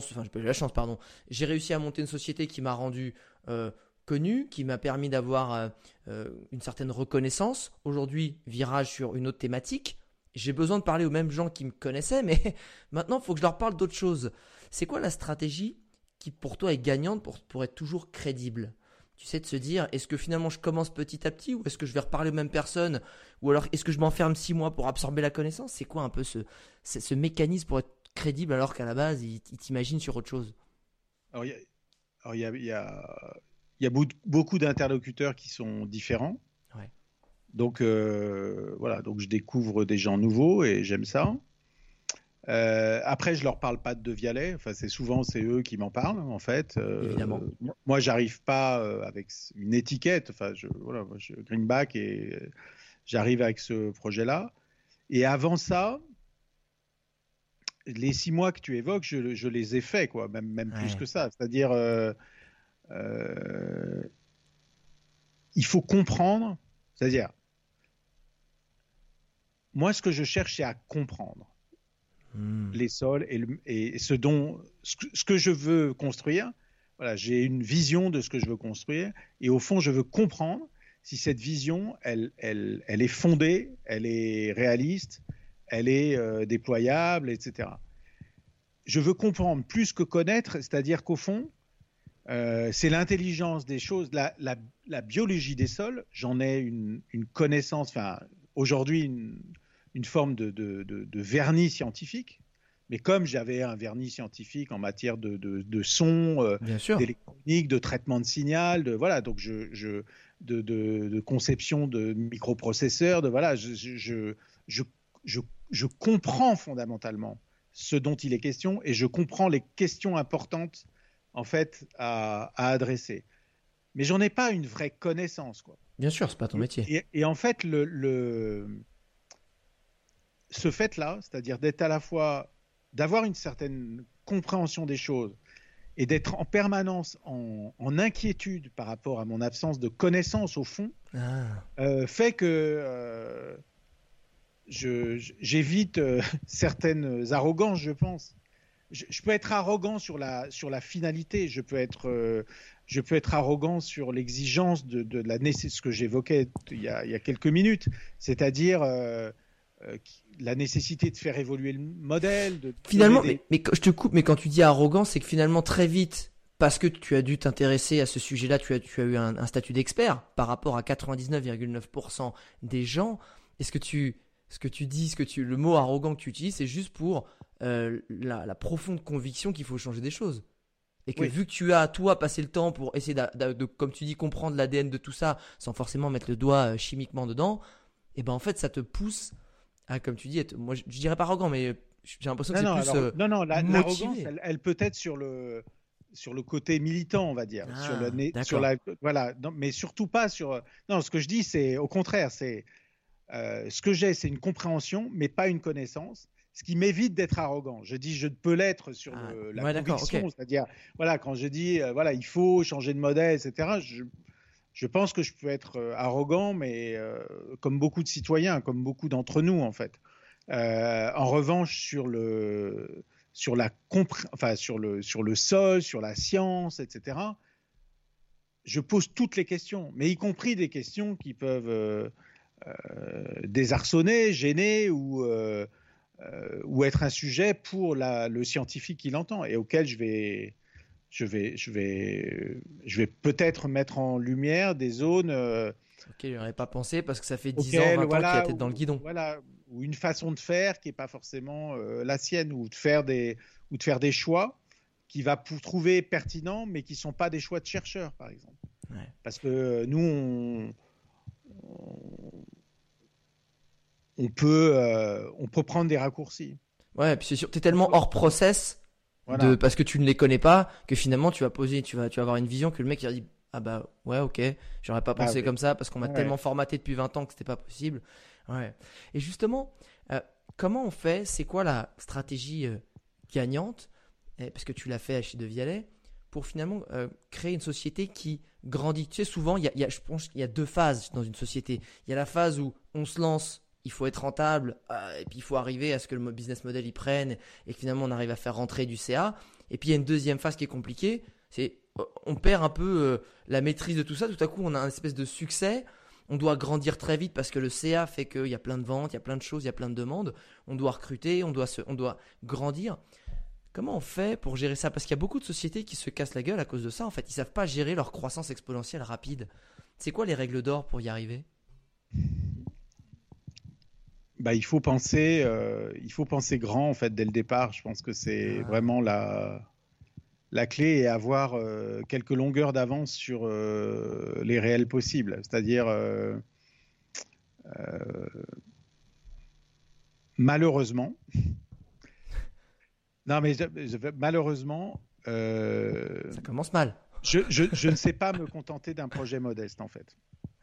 réussi à monter une société qui m'a rendu connu, qui m'a permis d'avoir une certaine reconnaissance. Aujourd'hui, virage sur une autre thématique. J'ai besoin de parler aux mêmes gens qui me connaissaient, mais maintenant, il faut que je leur parle d'autre chose. C'est quoi la stratégie qui, pour toi, est gagnante pour être toujours crédible? Tu sais, de se dire, est-ce que finalement, je commence petit à petit ou est-ce que je vais reparler aux mêmes personnes? Ou alors, est-ce que je m'enferme 6 mois pour absorber la connaissance? C'est quoi un peu ce mécanisme pour être crédible alors qu'à la base, il t'imagine sur autre chose? Alors, il y a beaucoup d'interlocuteurs qui sont différents. Ouais. Donc, voilà, donc je découvre des gens nouveaux et j'aime ça. Après, je leur parle pas de Vialet. Enfin, c'est eux qui m'en parlent, en fait. Évidemment. Moi, j'arrive pas avec une étiquette. Enfin, Greenback et j'arrive avec ce projet-là. Et avant ça, les 6 mois que tu évoques, je les ai faits, quoi, même plus que ça. C'est-à-dire, il faut comprendre. C'est-à-dire, moi, ce que je cherche, c'est à comprendre les sols et ce que je veux construire. Voilà, j'ai une vision de ce que je veux construire et au fond, je veux comprendre si cette vision, elle est fondée, elle est réaliste, elle est déployable, etc. Je veux comprendre plus que connaître, c'est-à-dire qu'au fond, c'est l'intelligence des choses, la biologie des sols. J'en ai une connaissance, enfin aujourd'hui une forme de vernis scientifique. Mais comme j'avais un vernis scientifique en matière de son, d'électronique, de traitement de signal, donc de conception de microprocesseurs, je comprends fondamentalement ce dont il est question et je comprends les questions importantes en fait à adresser. Mais j'en ai pas une vraie connaissance, quoi. Bien sûr, c'est pas ton métier. Et en fait, ce fait-là, c'est-à-dire d'être à la fois d'avoir une certaine compréhension des choses et d'être en permanence en inquiétude par rapport à mon absence de connaissance au fond, fait que j'évite certaines arrogances, je pense. Je peux être arrogant sur la finalité, je peux être arrogant sur l'exigence de la nécessité, ce que j'évoquais il y a quelques minutes, c'est-à-dire la nécessité de faire évoluer le modèle. Finalement, mais je te coupe, mais quand tu dis arrogant, c'est que finalement très vite, parce que tu as dû t'intéresser à ce sujet-là, tu as eu un statut d'expert par rapport à 99,9% des gens. Est-ce que le mot arrogant que tu utilises, c'est juste pour la profonde conviction qu'il faut changer des choses. Et que vu que tu as, toi, passé le temps pour essayer de, comme tu dis, comprendre l'ADN de tout ça, sans forcément mettre le doigt chimiquement dedans, et ben en fait, ça te pousse à, comme tu dis, moi je dirais pas arrogant, mais j'ai l'impression que c'est plus l'arrogance, elle peut être sur le côté militant, on va dire. Mais surtout pas sur... Non, ce que je dis, c'est au contraire, c'est... ce que j'ai, c'est une compréhension, mais pas une connaissance, ce qui m'évite d'être arrogant. Je dis, je peux l'être sur la conviction, c'est-à-dire, quand je dis, il faut changer de modèle, etc., je pense que je peux être arrogant, mais comme beaucoup de citoyens, comme beaucoup d'entre nous, en fait. En revanche, sur le sol, sur la science, etc., je pose toutes les questions, mais y compris des questions qui peuvent... désarçonner, gêner ou être un sujet pour le scientifique qui l'entend et auquel je vais peut-être mettre en lumière des zones auxquelles je n'aurais pas pensé parce que ça fait 10 ans, 20 ans qu'il a la tête dans le guidon. Ou une façon de faire qui n'est pas forcément la sienne, ou de faire des choix qui va trouver pertinents mais qui ne sont pas des choix de chercheurs, par exemple. Ouais. Parce que nous, on peut prendre des raccourcis. Ouais, puis c'est sûr, tu es tellement hors process parce que tu ne les connais pas que finalement tu vas avoir une vision que le mec il va dire ah bah ouais ok, j'aurais pas pensé comme ça parce qu'on m'a tellement formaté depuis 20 ans que c'était pas possible. Ouais. Et justement, comment on fait, c'est quoi la stratégie gagnante, parce que tu l'as fait chez De Vialet, pour finalement créer une société qui grandit. Tu sais, souvent, je pense qu'il y a deux phases dans une société. Il y a la phase où on se lance, il faut être rentable, et puis il faut arriver à ce que le business model y prenne, et que finalement on arrive à faire rentrer du CA. Et puis il y a une deuxième phase qui est compliquée, c'est on perd un peu la maîtrise de tout ça. Tout à coup, on a une espèce de succès. On doit grandir très vite parce que le CA fait qu'il y a plein de ventes, il y a plein de choses, il y a plein de demandes. On doit recruter, on doit grandir. Comment on fait pour gérer ça? Parce qu'il y a beaucoup de sociétés qui se cassent la gueule à cause de ça. En fait, ils ne savent pas gérer leur croissance exponentielle rapide. C'est quoi les règles d'or pour y arriver? Il faut penser grand en fait dès le départ. Je pense que c'est vraiment la clé, et avoir quelques longueurs d'avance sur les réels possibles. C'est-à-dire malheureusement. Non, mais malheureusement, ça commence mal. Je ne sais pas me contenter d'un projet modeste, en fait.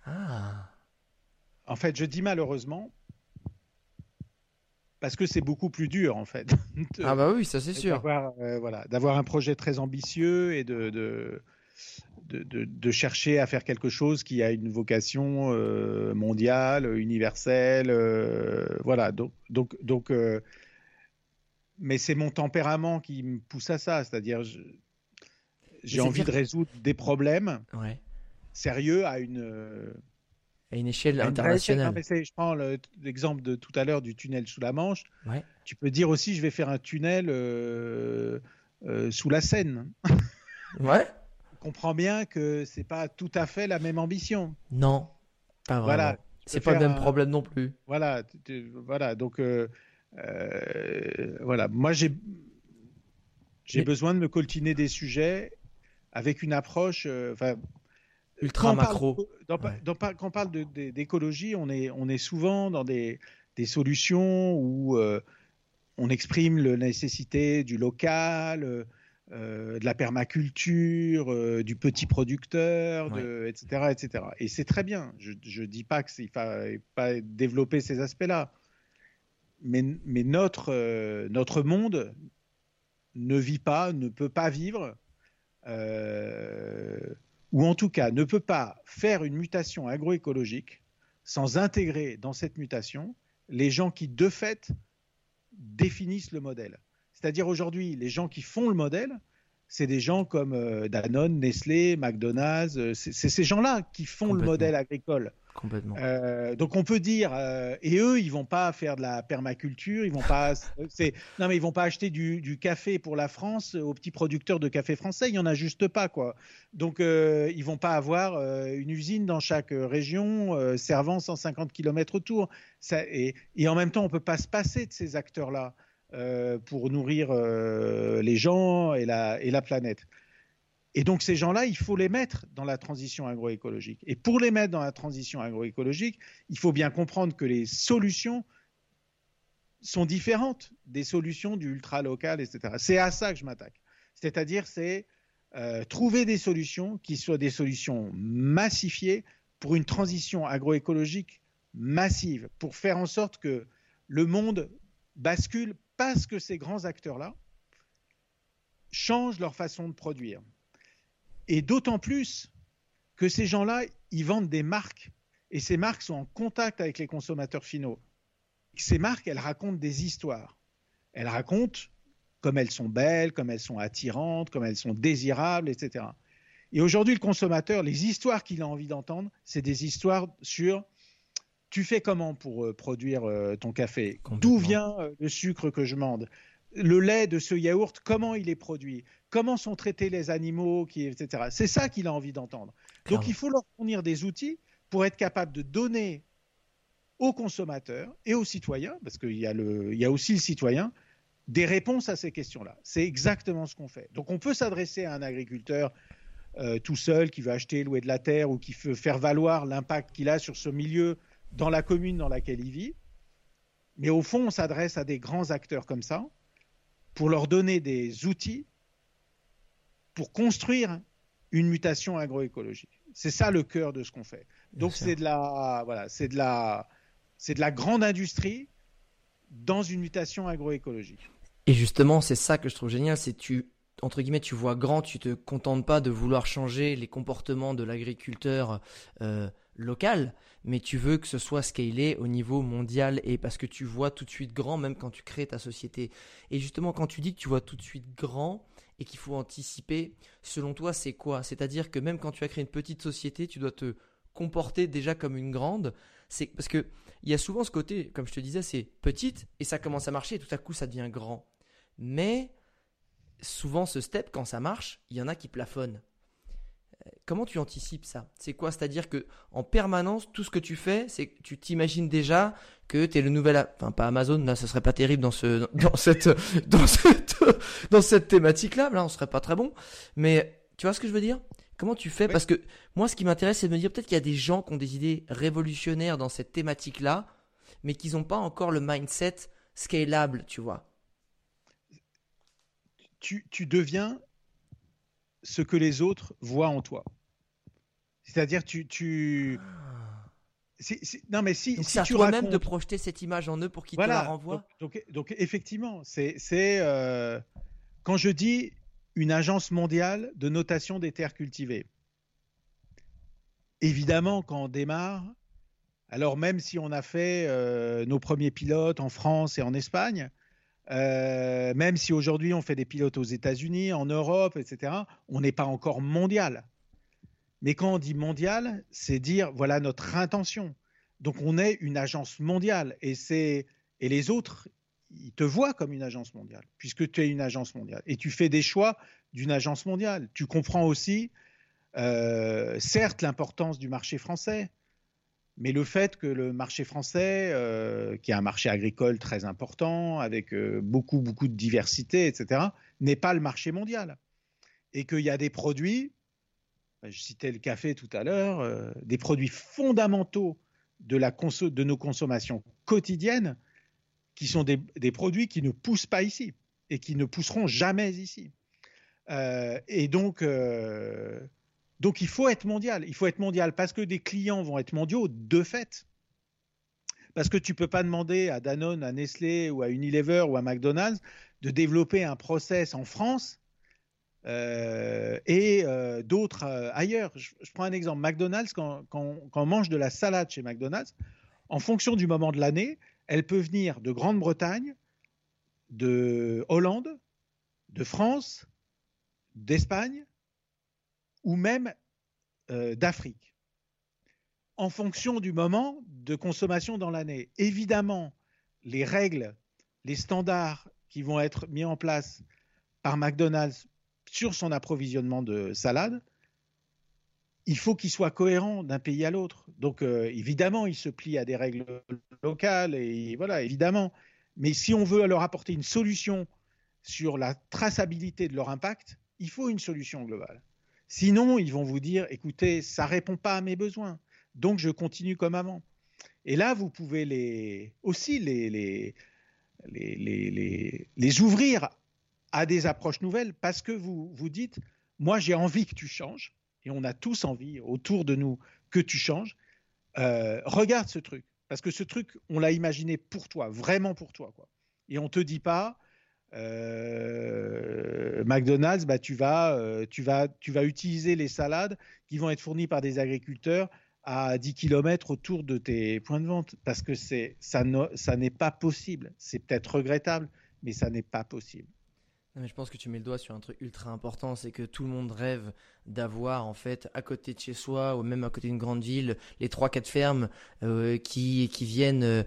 En fait, je dis malheureusement parce que c'est beaucoup plus dur, en fait. Ah bah oui, ça c'est sûr. D'avoir un projet très ambitieux et de chercher à faire quelque chose qui a une vocation mondiale, universelle. Donc mais c'est mon tempérament qui me pousse à ça, c'est-à-dire j'ai envie de résoudre des problèmes sérieux à une échelle internationale. Je prends l'exemple de tout à l'heure du tunnel sous la Manche. Tu peux dire aussi je vais faire un tunnel sous la Seine. Ouais. Tu comprends bien que c'est pas tout à fait la même ambition. Non, pas vraiment. Voilà, c'est pas le même problème non plus. Voilà, donc moi j'ai besoin de me coltiner des sujets avec une approche ultra macro. Quand on parle d'écologie, on est souvent dans des solutions où on exprime la nécessité du local, de la permaculture, du petit producteur, etc. Et c'est très bien. Je dis pas qu'il ne faut pas développer ces aspects-là. Mais notre monde ne peut pas vivre ou en tout cas ne peut pas faire une mutation agroécologique sans intégrer dans cette mutation les gens qui, de fait, définissent le modèle. C'est-à-dire aujourd'hui, les gens qui font le modèle, c'est des gens comme Danone, Nestlé, McDonald's, c'est ces gens-là qui font le modèle agricole. Complètement. Donc on peut dire, et eux, ils vont pas faire de la permaculture, ils vont pas acheter du café pour la France aux petits producteurs de café français, il y en a juste pas, quoi. Donc ils vont pas avoir une usine dans chaque région servant 150 km autour. Et en même temps, on peut pas se passer de ces acteurs-là pour nourrir les gens et la planète. Et donc, ces gens-là, il faut les mettre dans la transition agroécologique. Et pour les mettre dans la transition agroécologique, il faut bien comprendre que les solutions sont différentes des solutions du ultra-local, etc. C'est à ça que je m'attaque. C'est-à-dire, c'est trouver des solutions qui soient des solutions massifiées pour une transition agroécologique massive, pour faire en sorte que le monde bascule parce que ces grands acteurs-là changent leur façon de produire. Et d'autant plus que ces gens-là, ils vendent des marques. Et ces marques sont en contact avec les consommateurs finaux. Ces marques, elles racontent des histoires. Elles racontent comme elles sont belles, comme elles sont attirantes, comme elles sont désirables, etc. Et aujourd'hui, le consommateur, les histoires qu'il a envie d'entendre, c'est des histoires sur « tu fais comment pour produire ton café ? D'où vient le sucre que je mande ? Le lait de ce yaourt, comment il est produit ? Comment sont traités les animaux, etc. » C'est ça qu'il a envie d'entendre. Donc, il faut leur fournir des outils pour être capable de donner aux consommateurs et aux citoyens, parce qu'il y a aussi le citoyen, des réponses à ces questions-là. C'est exactement ce qu'on fait. Donc, on peut s'adresser à un agriculteur tout seul qui veut acheter, louer de la terre ou qui veut faire valoir l'impact qu'il a sur ce milieu dans la commune dans laquelle il vit. Mais au fond, on s'adresse à des grands acteurs comme ça pour leur donner des outils pour construire une mutation agroécologique. C'est ça le cœur de ce qu'on fait. Donc c'est de la grande industrie dans une mutation agroécologique. Et justement, c'est ça que je trouve génial, c'est entre guillemets, tu vois grand, tu te contentes pas de vouloir changer les comportements de l'agriculteur local, mais tu veux que ce soit scalé au niveau mondial, et parce que tu vois tout de suite grand même quand tu crées ta société. Et justement, quand tu dis que tu vois tout de suite grand et qu'il faut anticiper, selon toi, c'est quoi ? C'est-à-dire que même quand tu as créé une petite société, tu dois te comporter déjà comme une grande. C'est parce que il y a souvent ce côté, comme je te disais, c'est petite et ça commence à marcher et tout à coup ça devient grand. Mais souvent ce step, quand ça marche, il y en a qui plafonnent. Comment tu anticipes ça ? C'est quoi ? C'est-à-dire que en permanence, tout ce que tu fais, c'est que tu t'imagines déjà que tu es le nouvel, enfin pas Amazon, là, ça serait pas terrible dans cette thématique-là. Là, on serait pas très bon. Mais tu vois ce que je veux dire ? Comment tu fais ? Parce que moi, ce qui m'intéresse, c'est de me dire peut-être qu'il y a des gens qui ont des idées révolutionnaires dans cette thématique-là, mais qu'ils n'ont pas encore le mindset scalable, tu vois. Tu deviens ce que les autres voient en toi. C'est-à-dire, non, mais si donc si c'est à tu toi-même racontes... de projeter cette image en eux pour qu'ils te la renvoient. Donc effectivement, c'est quand je dis une agence mondiale de notation des terres cultivées. Évidemment, quand on démarre, alors même si on a fait nos premiers pilotes en France et en Espagne, même si aujourd'hui on fait des pilotes aux États-Unis, en Europe, etc., on n'est pas encore mondial. Mais quand on dit mondial, c'est dire voilà notre intention. Donc on est une agence mondiale et les autres, ils te voient comme une agence mondiale puisque tu es une agence mondiale et tu fais des choix d'une agence mondiale. Tu comprends aussi, certes, l'importance du marché français. Mais le fait que le marché français, qui est un marché agricole très important, avec beaucoup de diversité, etc., n'est pas le marché mondial. Et qu'il y a des produits, je citais le café tout à l'heure, des produits fondamentaux de nos consommations quotidiennes, qui sont des produits qui ne poussent pas ici et qui ne pousseront jamais ici. Et donc il faut être mondial. Il faut être mondial parce que des clients vont être mondiaux de fait. Parce que tu ne peux pas demander à Danone, à Nestlé ou à Unilever ou à McDonald's de développer un process en France et d'autres ailleurs. Je prends un exemple. McDonald's, quand on mange de la salade chez McDonald's, en fonction du moment de l'année, elle peut venir de Grande-Bretagne, de Hollande, de France, d'Espagne ou même d'Afrique, en fonction du moment de consommation dans l'année. Évidemment, les règles, les standards qui vont être mis en place par McDonald's sur son approvisionnement de salade, il faut qu'il soit cohérent d'un pays à l'autre. Donc, évidemment, il se plie à des règles locales, et voilà, évidemment. Mais si on veut leur apporter une solution sur la traçabilité de leur impact, il faut une solution globale. Sinon, ils vont vous dire, écoutez, ça ne répond pas à mes besoins, donc je continue comme avant. Et là, vous pouvez les ouvrir à des approches nouvelles, parce que vous dites, moi j'ai envie que tu changes, et on a tous envie autour de nous que tu changes. Regarde ce truc, parce que ce truc, on l'a imaginé pour toi, vraiment pour toi, quoi. Et on ne te dit pas, McDonald's, bah, tu vas utiliser les salades qui vont être fournies par des agriculteurs à 10 km autour de tes points de vente, parce que ça n'est pas possible. C'est peut-être regrettable, mais ça n'est pas possible. Non, mais je pense que tu mets le doigt sur un truc ultra important, c'est que tout le monde rêve d'avoir en fait à côté de chez soi ou même à côté d'une grande ville les 3-4 fermes qui viennent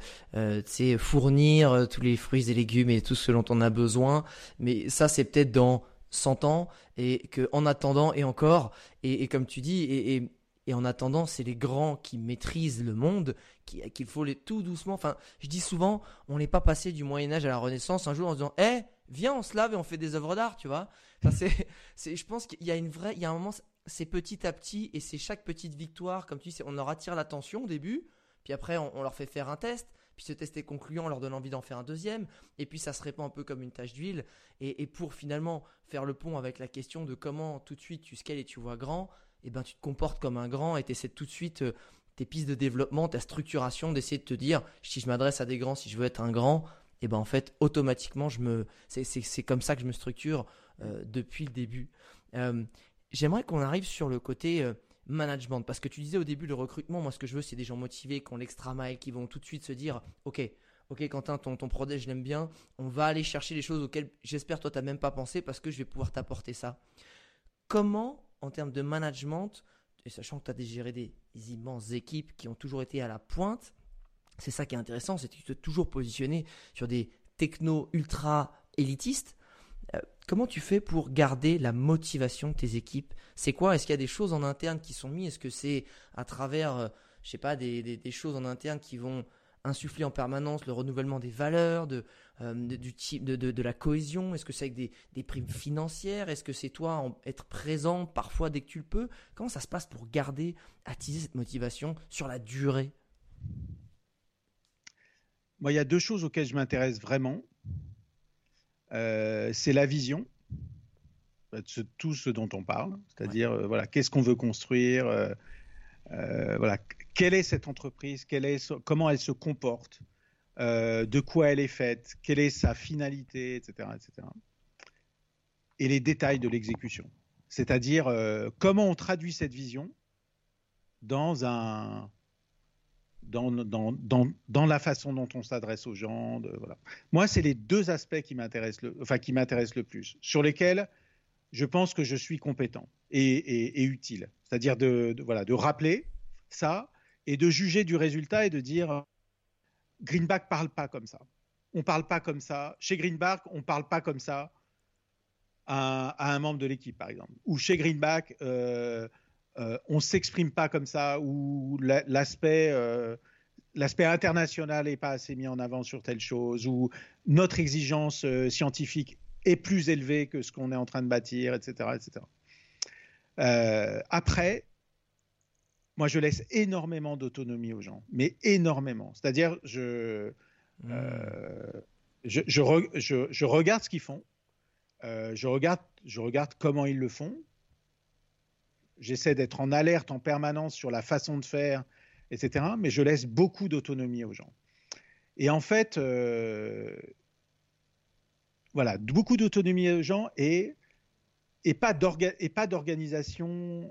fournir tous les fruits et légumes et tout ce dont on a besoin. Mais ça, c'est peut-être dans 100 ans, et qu'en attendant et encore, et comme tu dis, et en attendant, c'est les grands qui maîtrisent le monde qu'il faut les tout doucement. Enfin, je dis souvent, on n'est pas passé du Moyen-Âge à la Renaissance un jour en se disant viens, on se lave et on fait des œuvres d'art, tu vois. Enfin, je pense qu'il y a il y a un moment, c'est petit à petit, et c'est chaque petite victoire, comme tu dis, on leur attire l'attention au début, puis après on leur fait faire un test, puis ce test est concluant, on leur donne envie d'en faire un deuxième, et puis ça se répand un peu comme une tache d'huile, et pour finalement faire le pont avec la question de comment tout de suite tu scales et tu vois grand, et ben tu te comportes comme un grand, et tu essaies tout de suite tes pistes de développement, ta structuration, d'essayer de te dire, si je m'adresse à des grands, si je veux être un grand, et ben en fait automatiquement c'est comme ça que je me structure depuis le début. J'aimerais qu'on arrive sur le côté management, parce que tu disais au début, le recrutement, moi ce que je veux, c'est des gens motivés, qui ont l'extra mile, qui vont tout de suite se dire ok Quentin, ton projet je l'aime bien, on va aller chercher les choses auxquelles j'espère toi t'as même pas pensé, parce que je vais pouvoir t'apporter ça. Comment, en termes de management, et sachant que tu as géré des immenses équipes qui ont toujours été à la pointe, c'est ça qui est intéressant, c'est que tu t'es toujours positionné sur des technos ultra élitistes. Comment tu fais pour garder la motivation de tes équipes? C'est quoi? Est-ce qu'il y a des choses en interne qui sont mises? Est-ce que c'est à travers, je sais pas, des choses en interne qui vont insuffler en permanence le renouvellement des valeurs, du type de la cohésion? Est-ce que c'est avec des primes financières? Est-ce que c'est toi être présent parfois dès que tu le peux? Comment ça se passe pour attiser cette motivation sur la durée? Moi, il y a deux choses auxquelles je m'intéresse vraiment. C'est la vision, tout ce dont on parle, c'est-à-dire voilà, qu'est-ce qu'on veut construire, voilà, quelle est cette entreprise, comment elle se comporte, de quoi elle est faite, quelle est sa finalité, etc., etc. Et les détails de l'exécution, c'est-à-dire comment on traduit cette vision dans la façon dont on s'adresse aux gens. Voilà. Moi, c'est les deux aspects qui m'intéressent le plus, sur lesquels je pense que je suis compétent et utile. C'est-à-dire de rappeler ça et de juger du résultat et de dire Greenback ne parle pas comme ça. On ne parle pas comme ça. Chez Greenback, on ne parle pas comme ça à un membre de l'équipe, par exemple. Ou chez Greenback, on ne s'exprime pas comme ça, ou l'aspect international n'est pas assez mis en avant sur telle chose, ou notre exigence scientifique est plus élevée que ce qu'on est en train de bâtir, etc. etc. Après, moi, je laisse énormément d'autonomie aux gens, mais énormément. C'est-à-dire, je regarde ce qu'ils font, je regarde comment ils le font. J'essaie d'être en alerte en permanence sur la façon de faire, etc. Mais je laisse beaucoup d'autonomie aux gens. Et en fait, voilà, beaucoup d'autonomie aux gens, et et pas d'organisation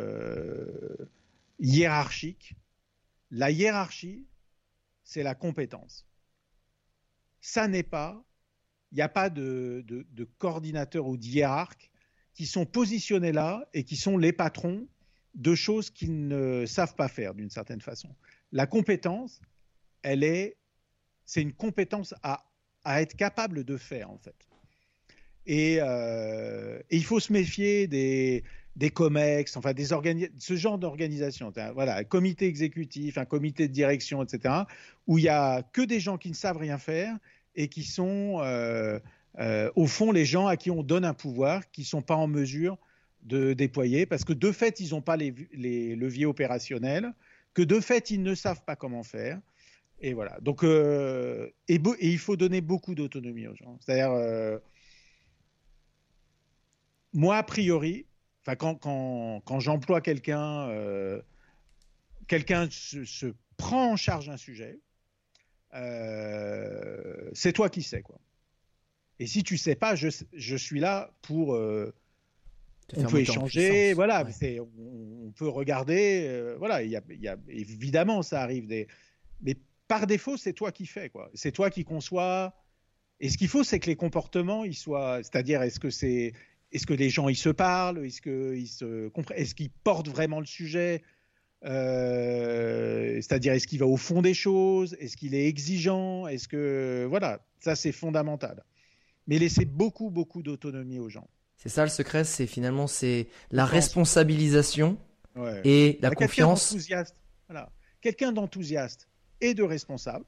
hiérarchique. La hiérarchie, c'est la compétence. Il n'y a pas de coordinateur ou d'hiérarque qui sont positionnés là et qui sont les patrons de choses qu'ils ne savent pas faire d'une certaine façon. La compétence, c'est une compétence à être capable de faire en fait. Et il faut se méfier des COMEX, enfin ce genre d'organisation, voilà, un comité exécutif, un comité de direction, etc., où il y a que des gens qui ne savent rien faire et qui sont au fond les gens à qui on donne un pouvoir, qui ne sont pas en mesure de déployer, parce que de fait ils n'ont pas les leviers opérationnels, que de fait ils ne savent pas comment faire. Et voilà. Donc, et il faut donner beaucoup d'autonomie aux gens. C'est-à-dire, moi, a priori, quand j'emploie quelqu'un, quelqu'un se prend en charge un sujet, c'est toi qui sais, quoi. Et si tu sais pas, je suis là pour. On peut échanger, voilà. Ouais. On peut regarder, voilà. Il y a évidemment, ça arrive mais par défaut, c'est toi qui fais, quoi. C'est toi qui conçois. Et ce qu'il faut, c'est que les comportements, ils soient. C'est-à-dire, est-ce que les gens, ils se parlent? Est-ce qu'ils se comprennent? Est-ce qu'ils portent vraiment le sujet? C'est-à-dire, est-ce qu'il va au fond des choses? Est-ce qu'il est exigeant? Est-ce que. Voilà, ça, c'est fondamental. Mais laisser beaucoup, beaucoup d'autonomie aux gens. C'est ça le secret, c'est la responsabilisation et la confiance. Quelqu'un d'enthousiaste et de responsable,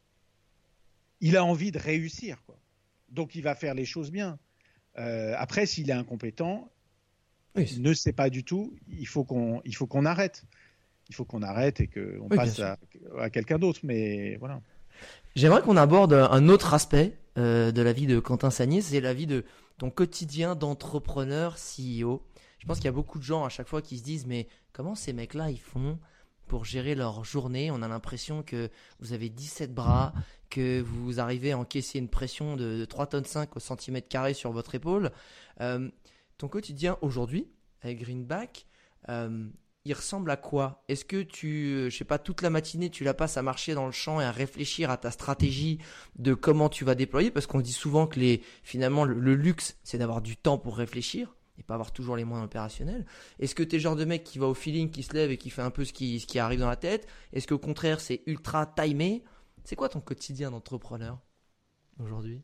il a envie de réussir, quoi. Donc il va faire les choses bien. Après, s'il est incompétent, il ne sait pas du tout, il faut qu'on arrête. Il faut qu'on arrête et qu'on passe à quelqu'un d'autre. Mais voilà. J'aimerais qu'on aborde un autre aspect de la vie de Quentin Sagnier, c'est la vie de ton quotidien d'entrepreneur CEO. Je pense qu'il y a beaucoup de gens à chaque fois qui se disent mais comment ces mecs-là ils font pour gérer leur journée? On a l'impression que vous avez 17 bras, que vous arrivez à encaisser une pression de 3,5 tonnes au centimètre carré sur votre épaule. Ton quotidien aujourd'hui avec Greenback, il ressemble à quoi? Est-ce que je sais pas, toute la matinée, tu la passes à marcher dans le champ et à réfléchir à ta stratégie de comment tu vas déployer? Parce qu'on dit souvent que finalement, le luxe, c'est d'avoir du temps pour réfléchir et pas avoir toujours les moyens opérationnels. Est-ce que tu es le genre de mec qui va au feeling, qui se lève et qui fait un peu ce qui arrive dans la tête? Est-ce qu'au contraire, c'est ultra timé? C'est quoi ton quotidien d'entrepreneur aujourd'hui?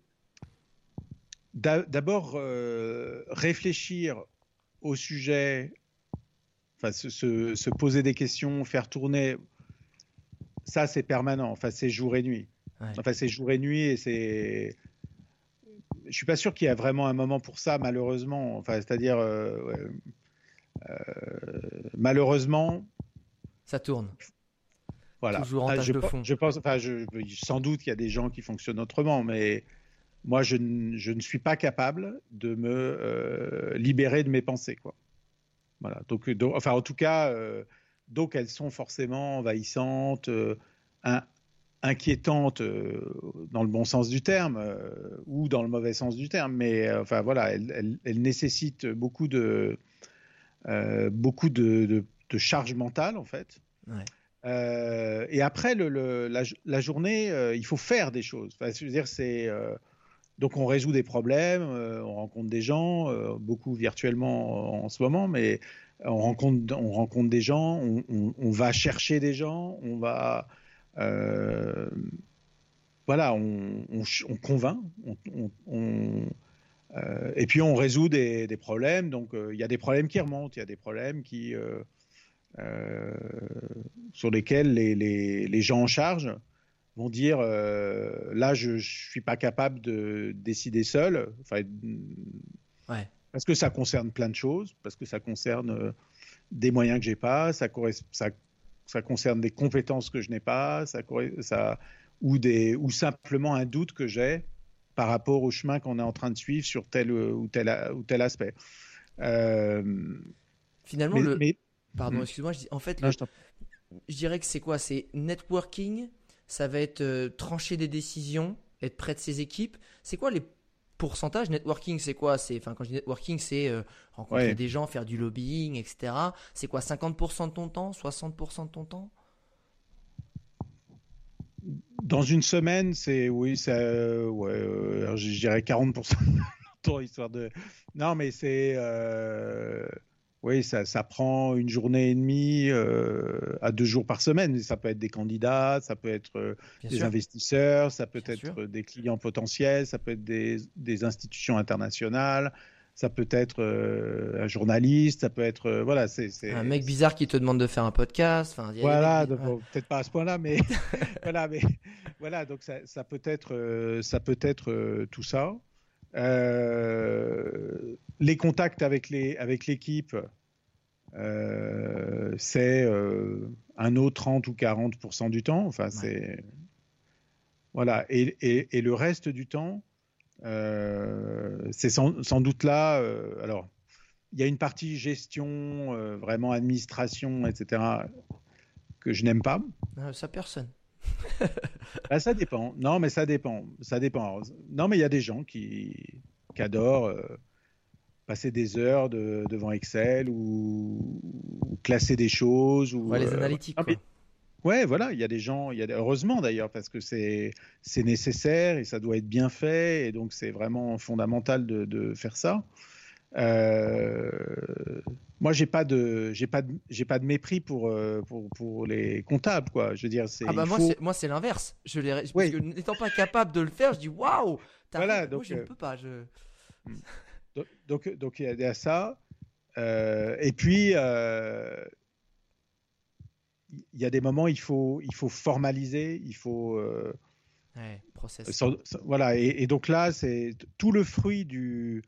D'abord, réfléchir au sujet, enfin, se poser des questions, faire tourner, ça c'est permanent, enfin c'est jour et nuit. Ouais. Enfin c'est jour et nuit et je suis pas sûr qu'il y a vraiment un moment pour ça, malheureusement. Enfin, c'est-à-dire, malheureusement, ça tourne. Voilà. Toujours en tâche de fond. Je pense, sans doute qu'il y a des gens qui fonctionnent autrement, mais moi je ne suis pas capable de me libérer de mes pensées, quoi. Voilà. Donc, enfin, en tout cas, donc elles sont forcément envahissantes, inquiétantes dans le bon sens du terme ou dans le mauvais sens du terme. Mais enfin voilà, elles nécessitent beaucoup de charge mentale en fait. Ouais. Et après la journée, il faut faire des choses. Enfin, je veux dire, donc on résout des problèmes, on rencontre des gens, beaucoup virtuellement en ce moment, mais on rencontre des gens, on va chercher des gens, on va voilà, on convainc, et puis on résout des problèmes. Donc il y a des problèmes qui remontent, il y a des problèmes sur lesquels les gens en charge vont dire là je suis pas capable de décider seul, enfin, ouais. Parce que ça concerne plein de choses, parce que ça concerne des moyens que j'ai pas, ça concerne des compétences que je n'ai pas, ou simplement un doute que j'ai par rapport au chemin qu'on est en train de suivre sur tel ou tel aspect. Finalement, pardon, excuse-moi, je dirais que c'est quoi? C'est networking. Ça va être trancher des décisions, être près de ses équipes. C'est quoi pourcentage. Networking, c'est quoi? Quand je dis networking, c'est rencontrer des gens, faire du lobbying, etc. C'est quoi, 50% de ton temps, 60% de ton temps? Dans une semaine, je dirais 40% de mon temps, histoire de. Non, mais ça prend une journée et demie à 2 jours par semaine. Ça peut être des candidats, ça peut être des investisseurs, ça peut être des clients potentiels, ça peut être des institutions internationales, ça peut être un journaliste, ça peut être c'est un mec bizarre qui te demande de faire un podcast. Peut-être pas à ce point-là, mais donc ça peut être tout ça. Les contacts avec l'équipe, c'est un autre 30 ou 40% du temps. Enfin, c'est voilà. Et le reste du temps, c'est sans doute là. Alors, il y a une partie gestion, vraiment administration, etc., que je n'aime pas. Ça, personne. Ça dépend. Non, mais ça dépend. Non, mais il y a des gens qui adorent passer des heures devant Excel ou classer des choses. Les analytiques. Voilà, il y a des gens, heureusement d'ailleurs, parce que c'est nécessaire et ça doit être bien fait, et donc c'est vraiment fondamental de faire ça. Moi, j'ai pas de mépris pour les comptables, quoi. Je veux dire, moi, c'est l'inverse. Parce que n'étant pas capable de le faire, je dis waouh. Moi, je ne peux pas. Donc il y a ça. Et puis il y a des moments, il faut formaliser, il faut process. Et donc là, c'est tout le fruit de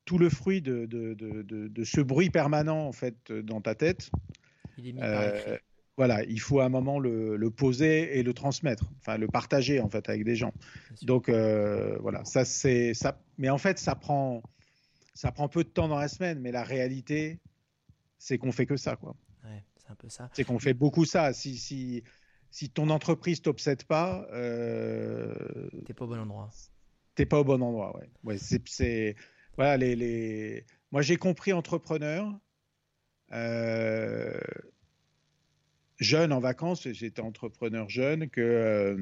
ce bruit permanent, en fait, dans ta tête. Il est mis par écrit. Il faut à un moment le poser et le transmettre, enfin le partager, en fait, avec des gens. Donc ça c'est ça. Mais en fait, ça prend peu de temps dans la semaine, mais la réalité, c'est qu'on fait que ça, quoi. Ouais, c'est un peu ça. C'est qu'on fait beaucoup ça. Si ton entreprise t'obsède pas, t'es pas au bon endroit. T'es pas au bon endroit, ouais. Voilà, moi j'ai compris entrepreneur jeune en vacances, j'étais entrepreneur jeune, qui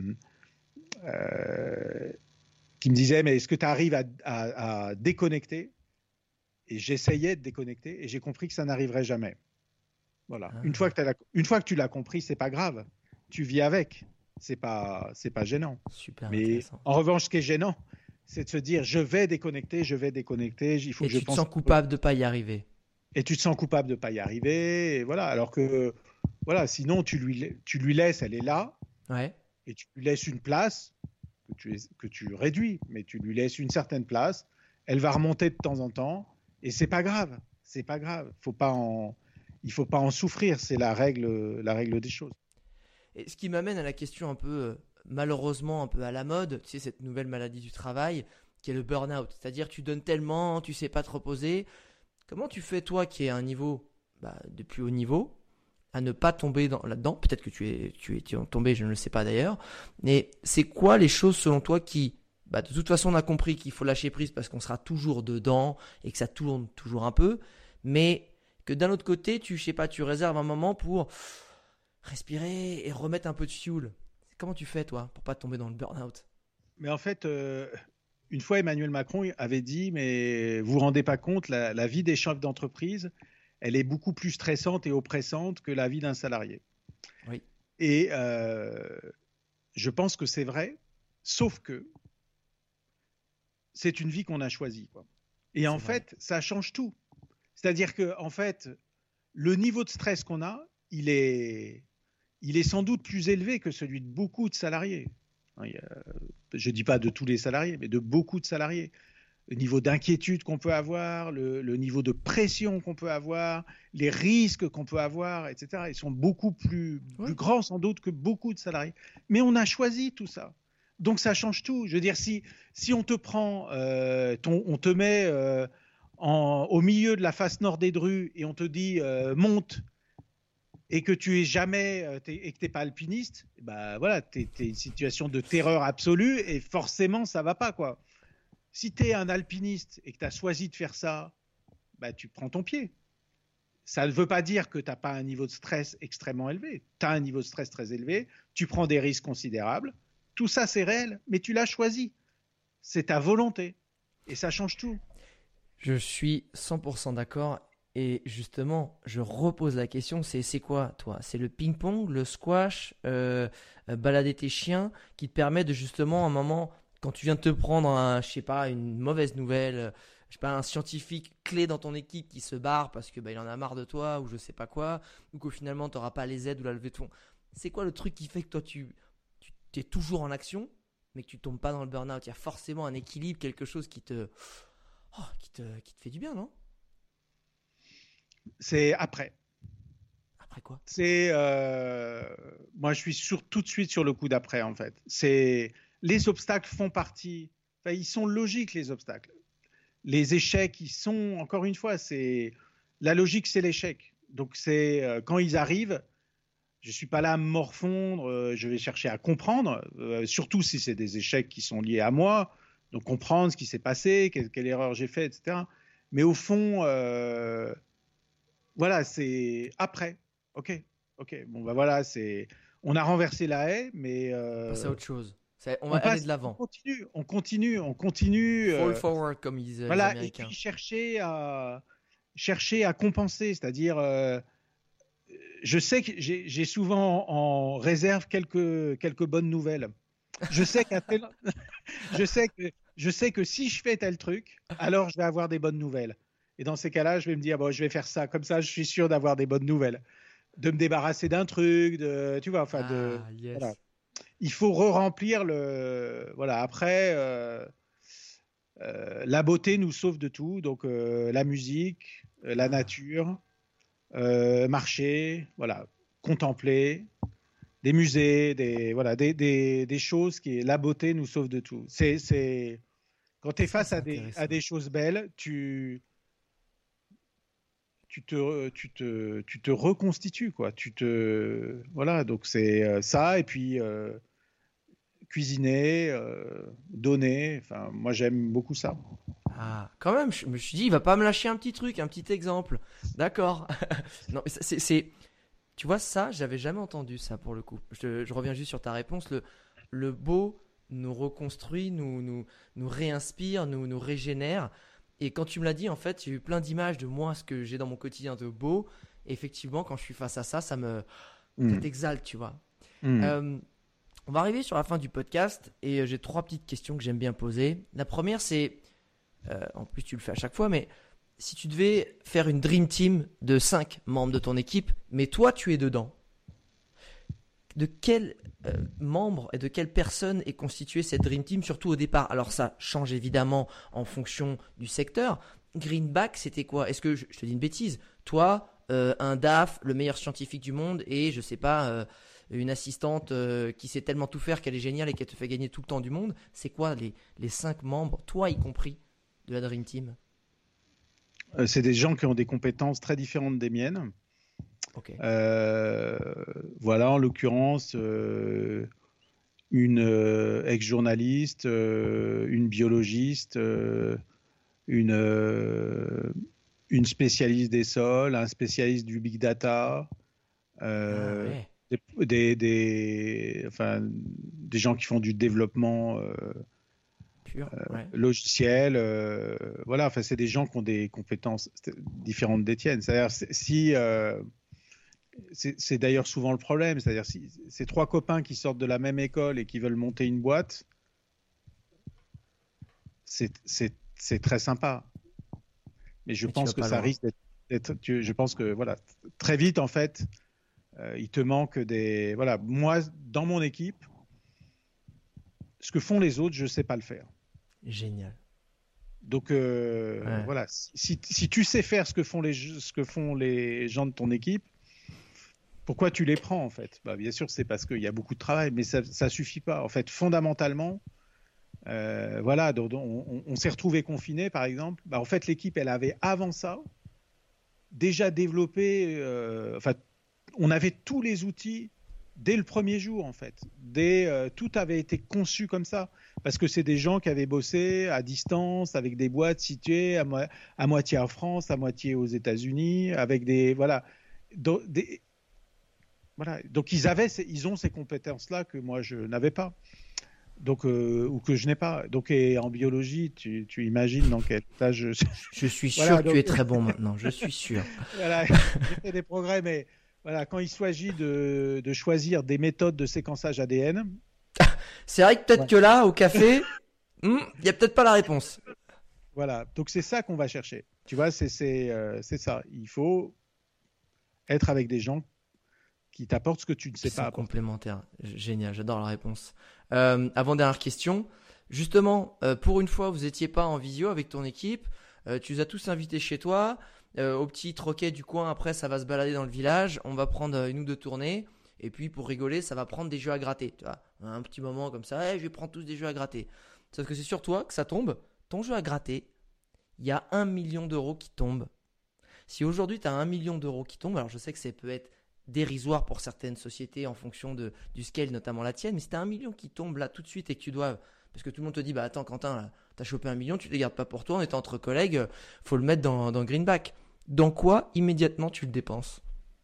me disait mais est-ce que tu arrives à déconnecter? Et j'essayais de déconnecter et j'ai compris que ça n'arriverait jamais. Voilà. Une fois que tu l'as compris, c'est pas grave. Tu vis avec. C'est pas gênant. Super mais intéressant. En revanche, ce qui est gênant, c'est de se dire je vais déconnecter. Il faut et que je tu te pense sens coupable de pas y arriver. Et tu te sens coupable de pas y arriver. Et voilà. Alors que sinon tu lui laisses, elle est là. Ouais. Et tu lui laisses une place que tu réduis, mais tu lui laisses une certaine place. Elle va remonter de temps en temps. Et c'est pas grave. Il faut pas en souffrir. C'est la règle des choses. Et ce qui m'amène à la question un peu, malheureusement, un peu à la mode, tu sais, cette nouvelle maladie du travail, qui est le burn-out. C'est-à-dire, tu donnes tellement, tu sais pas te reposer. Comment tu fais, toi, qui es à un niveau de plus haut niveau, à ne pas tomber là-dedans? Peut-être que tu es tombé, je ne le sais pas d'ailleurs. Mais c'est quoi les choses, selon toi, qui... de toute façon, on a compris qu'il faut lâcher prise parce qu'on sera toujours dedans et que ça tourne toujours un peu. Mais que d'un autre côté, tu réserves un moment pour respirer et remettre un peu de fuel. Comment tu fais, toi, pour pas tomber dans le burn-out? Mais en fait, une fois, Emmanuel Macron avait dit, mais vous vous rendez pas compte, la vie des chefs d'entreprise, elle est beaucoup plus stressante et oppressante que la vie d'un salarié. Oui. Et je pense que c'est vrai, sauf que c'est une vie qu'on a choisie, quoi. Et en fait, ça change tout. C'est-à-dire que, en fait, le niveau de stress qu'on a, il est sans doute plus élevé que celui de beaucoup de salariés. Je ne dis pas de tous les salariés, mais de beaucoup de salariés. Le niveau d'inquiétude qu'on peut avoir, le niveau de pression qu'on peut avoir, les risques qu'on peut avoir, etc. Ils sont beaucoup plus grands sans doute que beaucoup de salariés. Mais on a choisi tout ça. Donc ça change tout. Je veux dire, si on te prend, on te met au milieu de la face nord des Drues et on te dit monte, et que tu es jamais et que t'es pas alpiniste, t'es une situation de terreur absolue et forcément ça va pas, quoi. Si tu es un alpiniste et que tu as choisi de faire ça, bah, tu prends ton pied. Ça ne veut pas dire que tu n'as pas un niveau de stress extrêmement élevé. Tu as un niveau de stress très élevé, tu prends des risques considérables. Tout ça, c'est réel, mais tu l'as choisi. C'est ta volonté. Et ça change tout. Je suis 100% d'accord. Et justement, je repose la question, c'est quoi, toi? C'est le ping-pong, le squash, balader tes chiens qui te permet de justement, à un moment, quand tu viens de te prendre je sais pas, une mauvaise nouvelle, je sais pas, un scientifique clé dans ton équipe qui se barre parce que il en a marre de toi ou je sais pas quoi, ou qu'au finalement tu n'auras pas les aides ou la levée de fonds. C'est quoi le truc qui fait que toi tu es toujours en action, mais que tu tombes pas dans le burn-out? Il y a forcément un équilibre, quelque chose qui te fait du bien, non? C'est après. Après quoi? Moi, je suis tout de suite sur le coup d'après, en fait. Les obstacles font partie. Enfin, ils sont logiques, les obstacles. Les échecs, ils sont, encore une fois, la logique, c'est l'échec. Donc, quand ils arrivent, je suis pas là à me morfondre, je vais chercher à comprendre, surtout si c'est des échecs qui sont liés à moi, donc comprendre ce qui s'est passé, quelle erreur j'ai fait, etc. Mais au fond, voilà, c'est après. Ok, bon bah voilà, on a renversé la haie, mais Passer à autre chose. On va aller de l'avant. On continue. Fall forward, comme ils disent les Voilà, Américains. et puis chercher à compenser, c'est-à-dire, je sais que j'ai souvent en réserve quelques bonnes nouvelles. Je sais je sais que si je fais tel truc, alors je vais avoir des bonnes nouvelles. Et dans ces cas-là, je vais me dire, bon, je vais faire ça. Comme ça, je suis sûr d'avoir des bonnes nouvelles. De me débarrasser d'un truc, tu vois, enfin, yes. Voilà. Il faut re-remplir voilà. Après, la beauté nous sauve de tout. Donc, la musique, la nature, marcher, voilà, contempler, des musées, des choses la beauté nous sauve de tout. Quand tu es face à des choses belles, tu te reconstitues, quoi. Voilà, donc c'est ça, et puis cuisiner, donner. Enfin, moi, j'aime beaucoup ça. Ah, quand même, je me suis dit, il va pas me lâcher un petit truc, un petit exemple. D'accord. Non, tu vois, ça, j'avais jamais entendu ça pour le coup. Je reviens juste sur ta réponse. Le beau nous reconstruit, nous réinspire, nous régénère. Et quand tu me l'as dit, en fait, j'ai eu plein d'images de moi, ce que j'ai dans mon quotidien de beau. Et effectivement, quand je suis face à ça, ça t'exalte, tu vois. On va arriver sur la fin du podcast et j'ai 3 petites questions que j'aime bien poser. La première, c'est, en plus tu le fais à chaque fois, mais si tu devais faire une dream team de 5 membres de ton équipe, mais toi tu es dedans, de quels membres et de quelles personnes est constituée cette dream team, surtout au départ? Alors ça change évidemment en fonction du secteur. Greenback, c'était quoi? Est-ce que, je te dis une bêtise, toi, un DAF, le meilleur scientifique du monde, et je sais pas, une assistante qui sait tellement tout faire qu'elle est géniale et qu'elle te fait gagner tout le temps du monde, c'est quoi les 5 membres, toi y compris, de la Dream Team? C'est des gens qui ont des compétences très différentes des miennes. Ok. Voilà, en l'occurrence, une ex-journaliste, une biologiste, une spécialiste des sols, un spécialiste du big data, Ouais. des gens qui font du développement Pur, ouais. logiciel. Voilà, enfin, c'est des gens qui ont des compétences différentes des tiennes. C'est-à-dire, c'est d'ailleurs souvent le problème. C'est-à-dire, si ces 3 copains qui sortent de la même école et qui veulent monter une boîte, c'est très sympa. Mais je pense que ça risque d'être. Je pense que voilà, très vite en fait, il te manque des. Voilà, moi dans mon équipe, ce que font les autres, je sais pas le faire. Génial. Donc voilà, si tu sais faire ce que font les gens de ton équipe, pourquoi tu les prends en fait? Bah, bien sûr, c'est parce qu'il y a beaucoup de travail, mais ça suffit pas. En fait, fondamentalement, voilà, donc, on s'est retrouvé confiné par exemple. Bah, en fait, l'équipe, elle avait avant ça déjà développé. On avait tous les outils dès le premier jour, en fait. Tout avait été conçu comme ça. Parce que c'est des gens qui avaient bossé à distance, avec des boîtes situées à moitié en France, à moitié aux États-Unis, avec des. Voilà. Voilà. Donc, ils ont ces compétences-là que moi, je n'avais pas. Donc, ou que je n'ai pas. Donc, et en biologie, tu imagines dans quel âge. Je suis sûr Voilà, que tu es très bon maintenant, je suis sûr. Voilà, j'ai fait des progrès, mais voilà, quand il s'agit de choisir des méthodes de séquençage ADN, C'est vrai que peut-être que là, au café, il n'y a peut-être pas la réponse. voilà. Donc c'est ça qu'on va chercher. Tu vois, c'est ça. Il faut être avec des gens qui t'apportent ce que tu ne sais Qui pas sont apporter. complémentaires. Génial, j'adore la réponse. Avant-dernière question. Justement, pour une fois, vous n'étiez pas en visio avec ton équipe. Tu les as tous invités chez toi. Au petit troquet du coin, après, ça va se balader dans le village. On va prendre une ou deux tournées. Et puis, pour rigoler, ça va prendre des jeux à gratter. Tu vois, un petit moment comme ça, je vais prendre tous des jeux à gratter. Sauf que c'est sur toi que ça tombe. Ton jeu à gratter, il y a 1 million d'euros qui tombent. Si aujourd'hui, tu as 1 million d'euros qui tombent, alors je sais que ça peut être dérisoire pour certaines sociétés en fonction du scale, notamment la tienne, mais si tu as 1 million qui tombe là tout de suite et que tu dois. Parce que tout le monde te dit, bah attends, Quentin, tu as chopé 1 million, tu ne les gardes pas pour toi, on est entre collègues, faut le mettre dans Greenback. Dans quoi immédiatement tu le dépenses?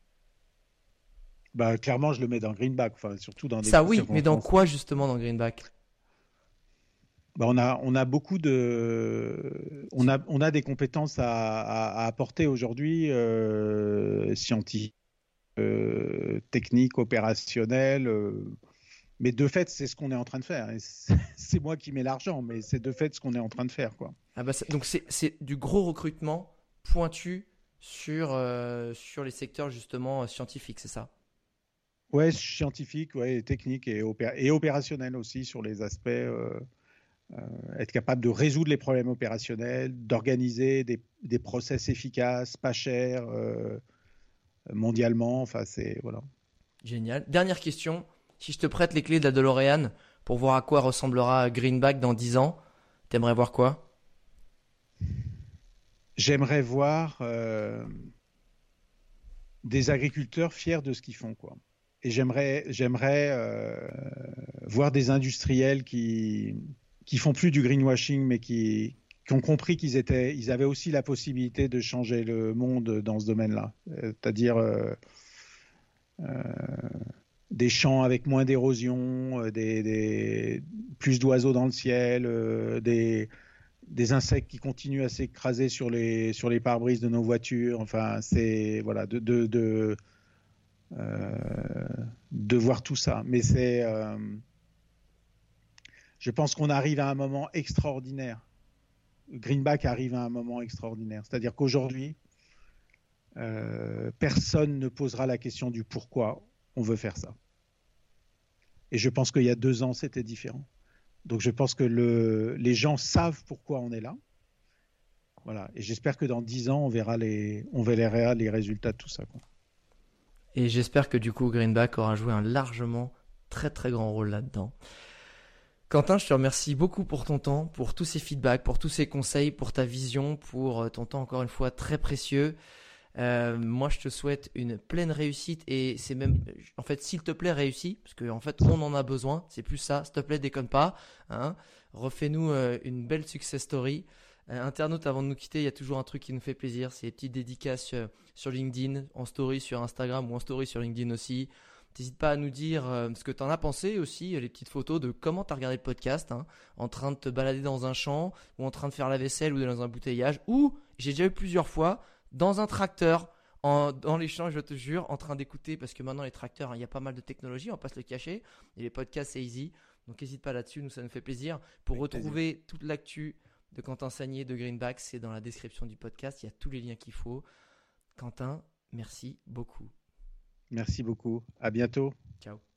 Bah, clairement, je le mets dans Greenback, enfin, surtout dans des Ça oui, mais dans circonstances. quoi justement dans Greenback? Bah, on a beaucoup de, on a des compétences à apporter aujourd'hui, scientifiques, techniques, opérationnelles. Mais de fait, c'est ce qu'on est en train de faire. Et c'est moi qui mets l'argent, mais c'est de fait ce qu'on est en train de faire, quoi. Ah bah donc c'est du gros recrutement pointu sur les secteurs justement scientifiques, c'est ça? Ouais, scientifique, ouais, et technique et opérationnel aussi sur les aspects, être capable de résoudre les problèmes opérationnels, d'organiser des process efficaces, pas chers, mondialement. Enfin, c'est voilà. Génial. Dernière question. Si je te prête les clés de la DeLorean pour voir à quoi ressemblera Greenback dans 10 ans, t'aimerais voir quoi? J'aimerais voir des agriculteurs fiers de ce qu'ils font, quoi. Et j'aimerais voir des industriels qui font plus du greenwashing, mais qui ont compris ils avaient aussi la possibilité de changer le monde dans ce domaine-là. C'est-à-dire des champs avec moins d'érosion, plus d'oiseaux dans le ciel, des insectes qui continuent à s'écraser sur les pare-brises de nos voitures. Enfin, c'est voilà de voir tout ça. Mais je pense qu'on arrive à un moment extraordinaire. Greenback arrive à un moment extraordinaire. C'est-à-dire qu'aujourd'hui, personne ne posera la question du pourquoi on veut faire ça. Et je pense qu'il y a 2 ans, c'était différent. Donc je pense que les gens savent pourquoi on est là. Voilà. Et j'espère que dans 10 ans, on verra les résultats de tout ça, quoi. Et j'espère que du coup Greenback aura joué un largement très très grand rôle là-dedans. Quentin, je te remercie beaucoup pour ton temps, pour tous ces feedbacks, pour tous ces conseils, pour ta vision, pour ton temps encore une fois très précieux. Moi, je te souhaite une pleine réussite et c'est même, en fait, s'il te plaît, réussis, parce qu'en fait, on en a besoin. C'est plus ça. S'il te plaît, déconne pas. Hein. Refais-nous une belle success story. Internaute, avant de nous quitter, il y a toujours un truc qui nous fait plaisir. C'est les petites dédicaces sur LinkedIn, en story sur Instagram ou en story sur LinkedIn aussi. N'hésite pas à nous dire ce que tu en as pensé aussi, les petites photos de comment tu as regardé le podcast, hein, en train de te balader dans un champ ou en train de faire la vaisselle ou dans un embouteillage. Ou, j'ai déjà eu plusieurs fois, dans un tracteur, dans les champs, je te jure, en train d'écouter, parce que maintenant les tracteurs, hein, il y a pas mal de technologie, on va pas se le cacher, et les podcasts c'est easy, donc n'hésite pas là-dessus, nous ça nous fait plaisir. Pour Avec plaisir. retrouver toute l'actu de Quentin Sagnier de Greenback, c'est dans la description du podcast, il y a tous les liens qu'il faut. Quentin, merci beaucoup. Merci beaucoup. À bientôt. Ciao.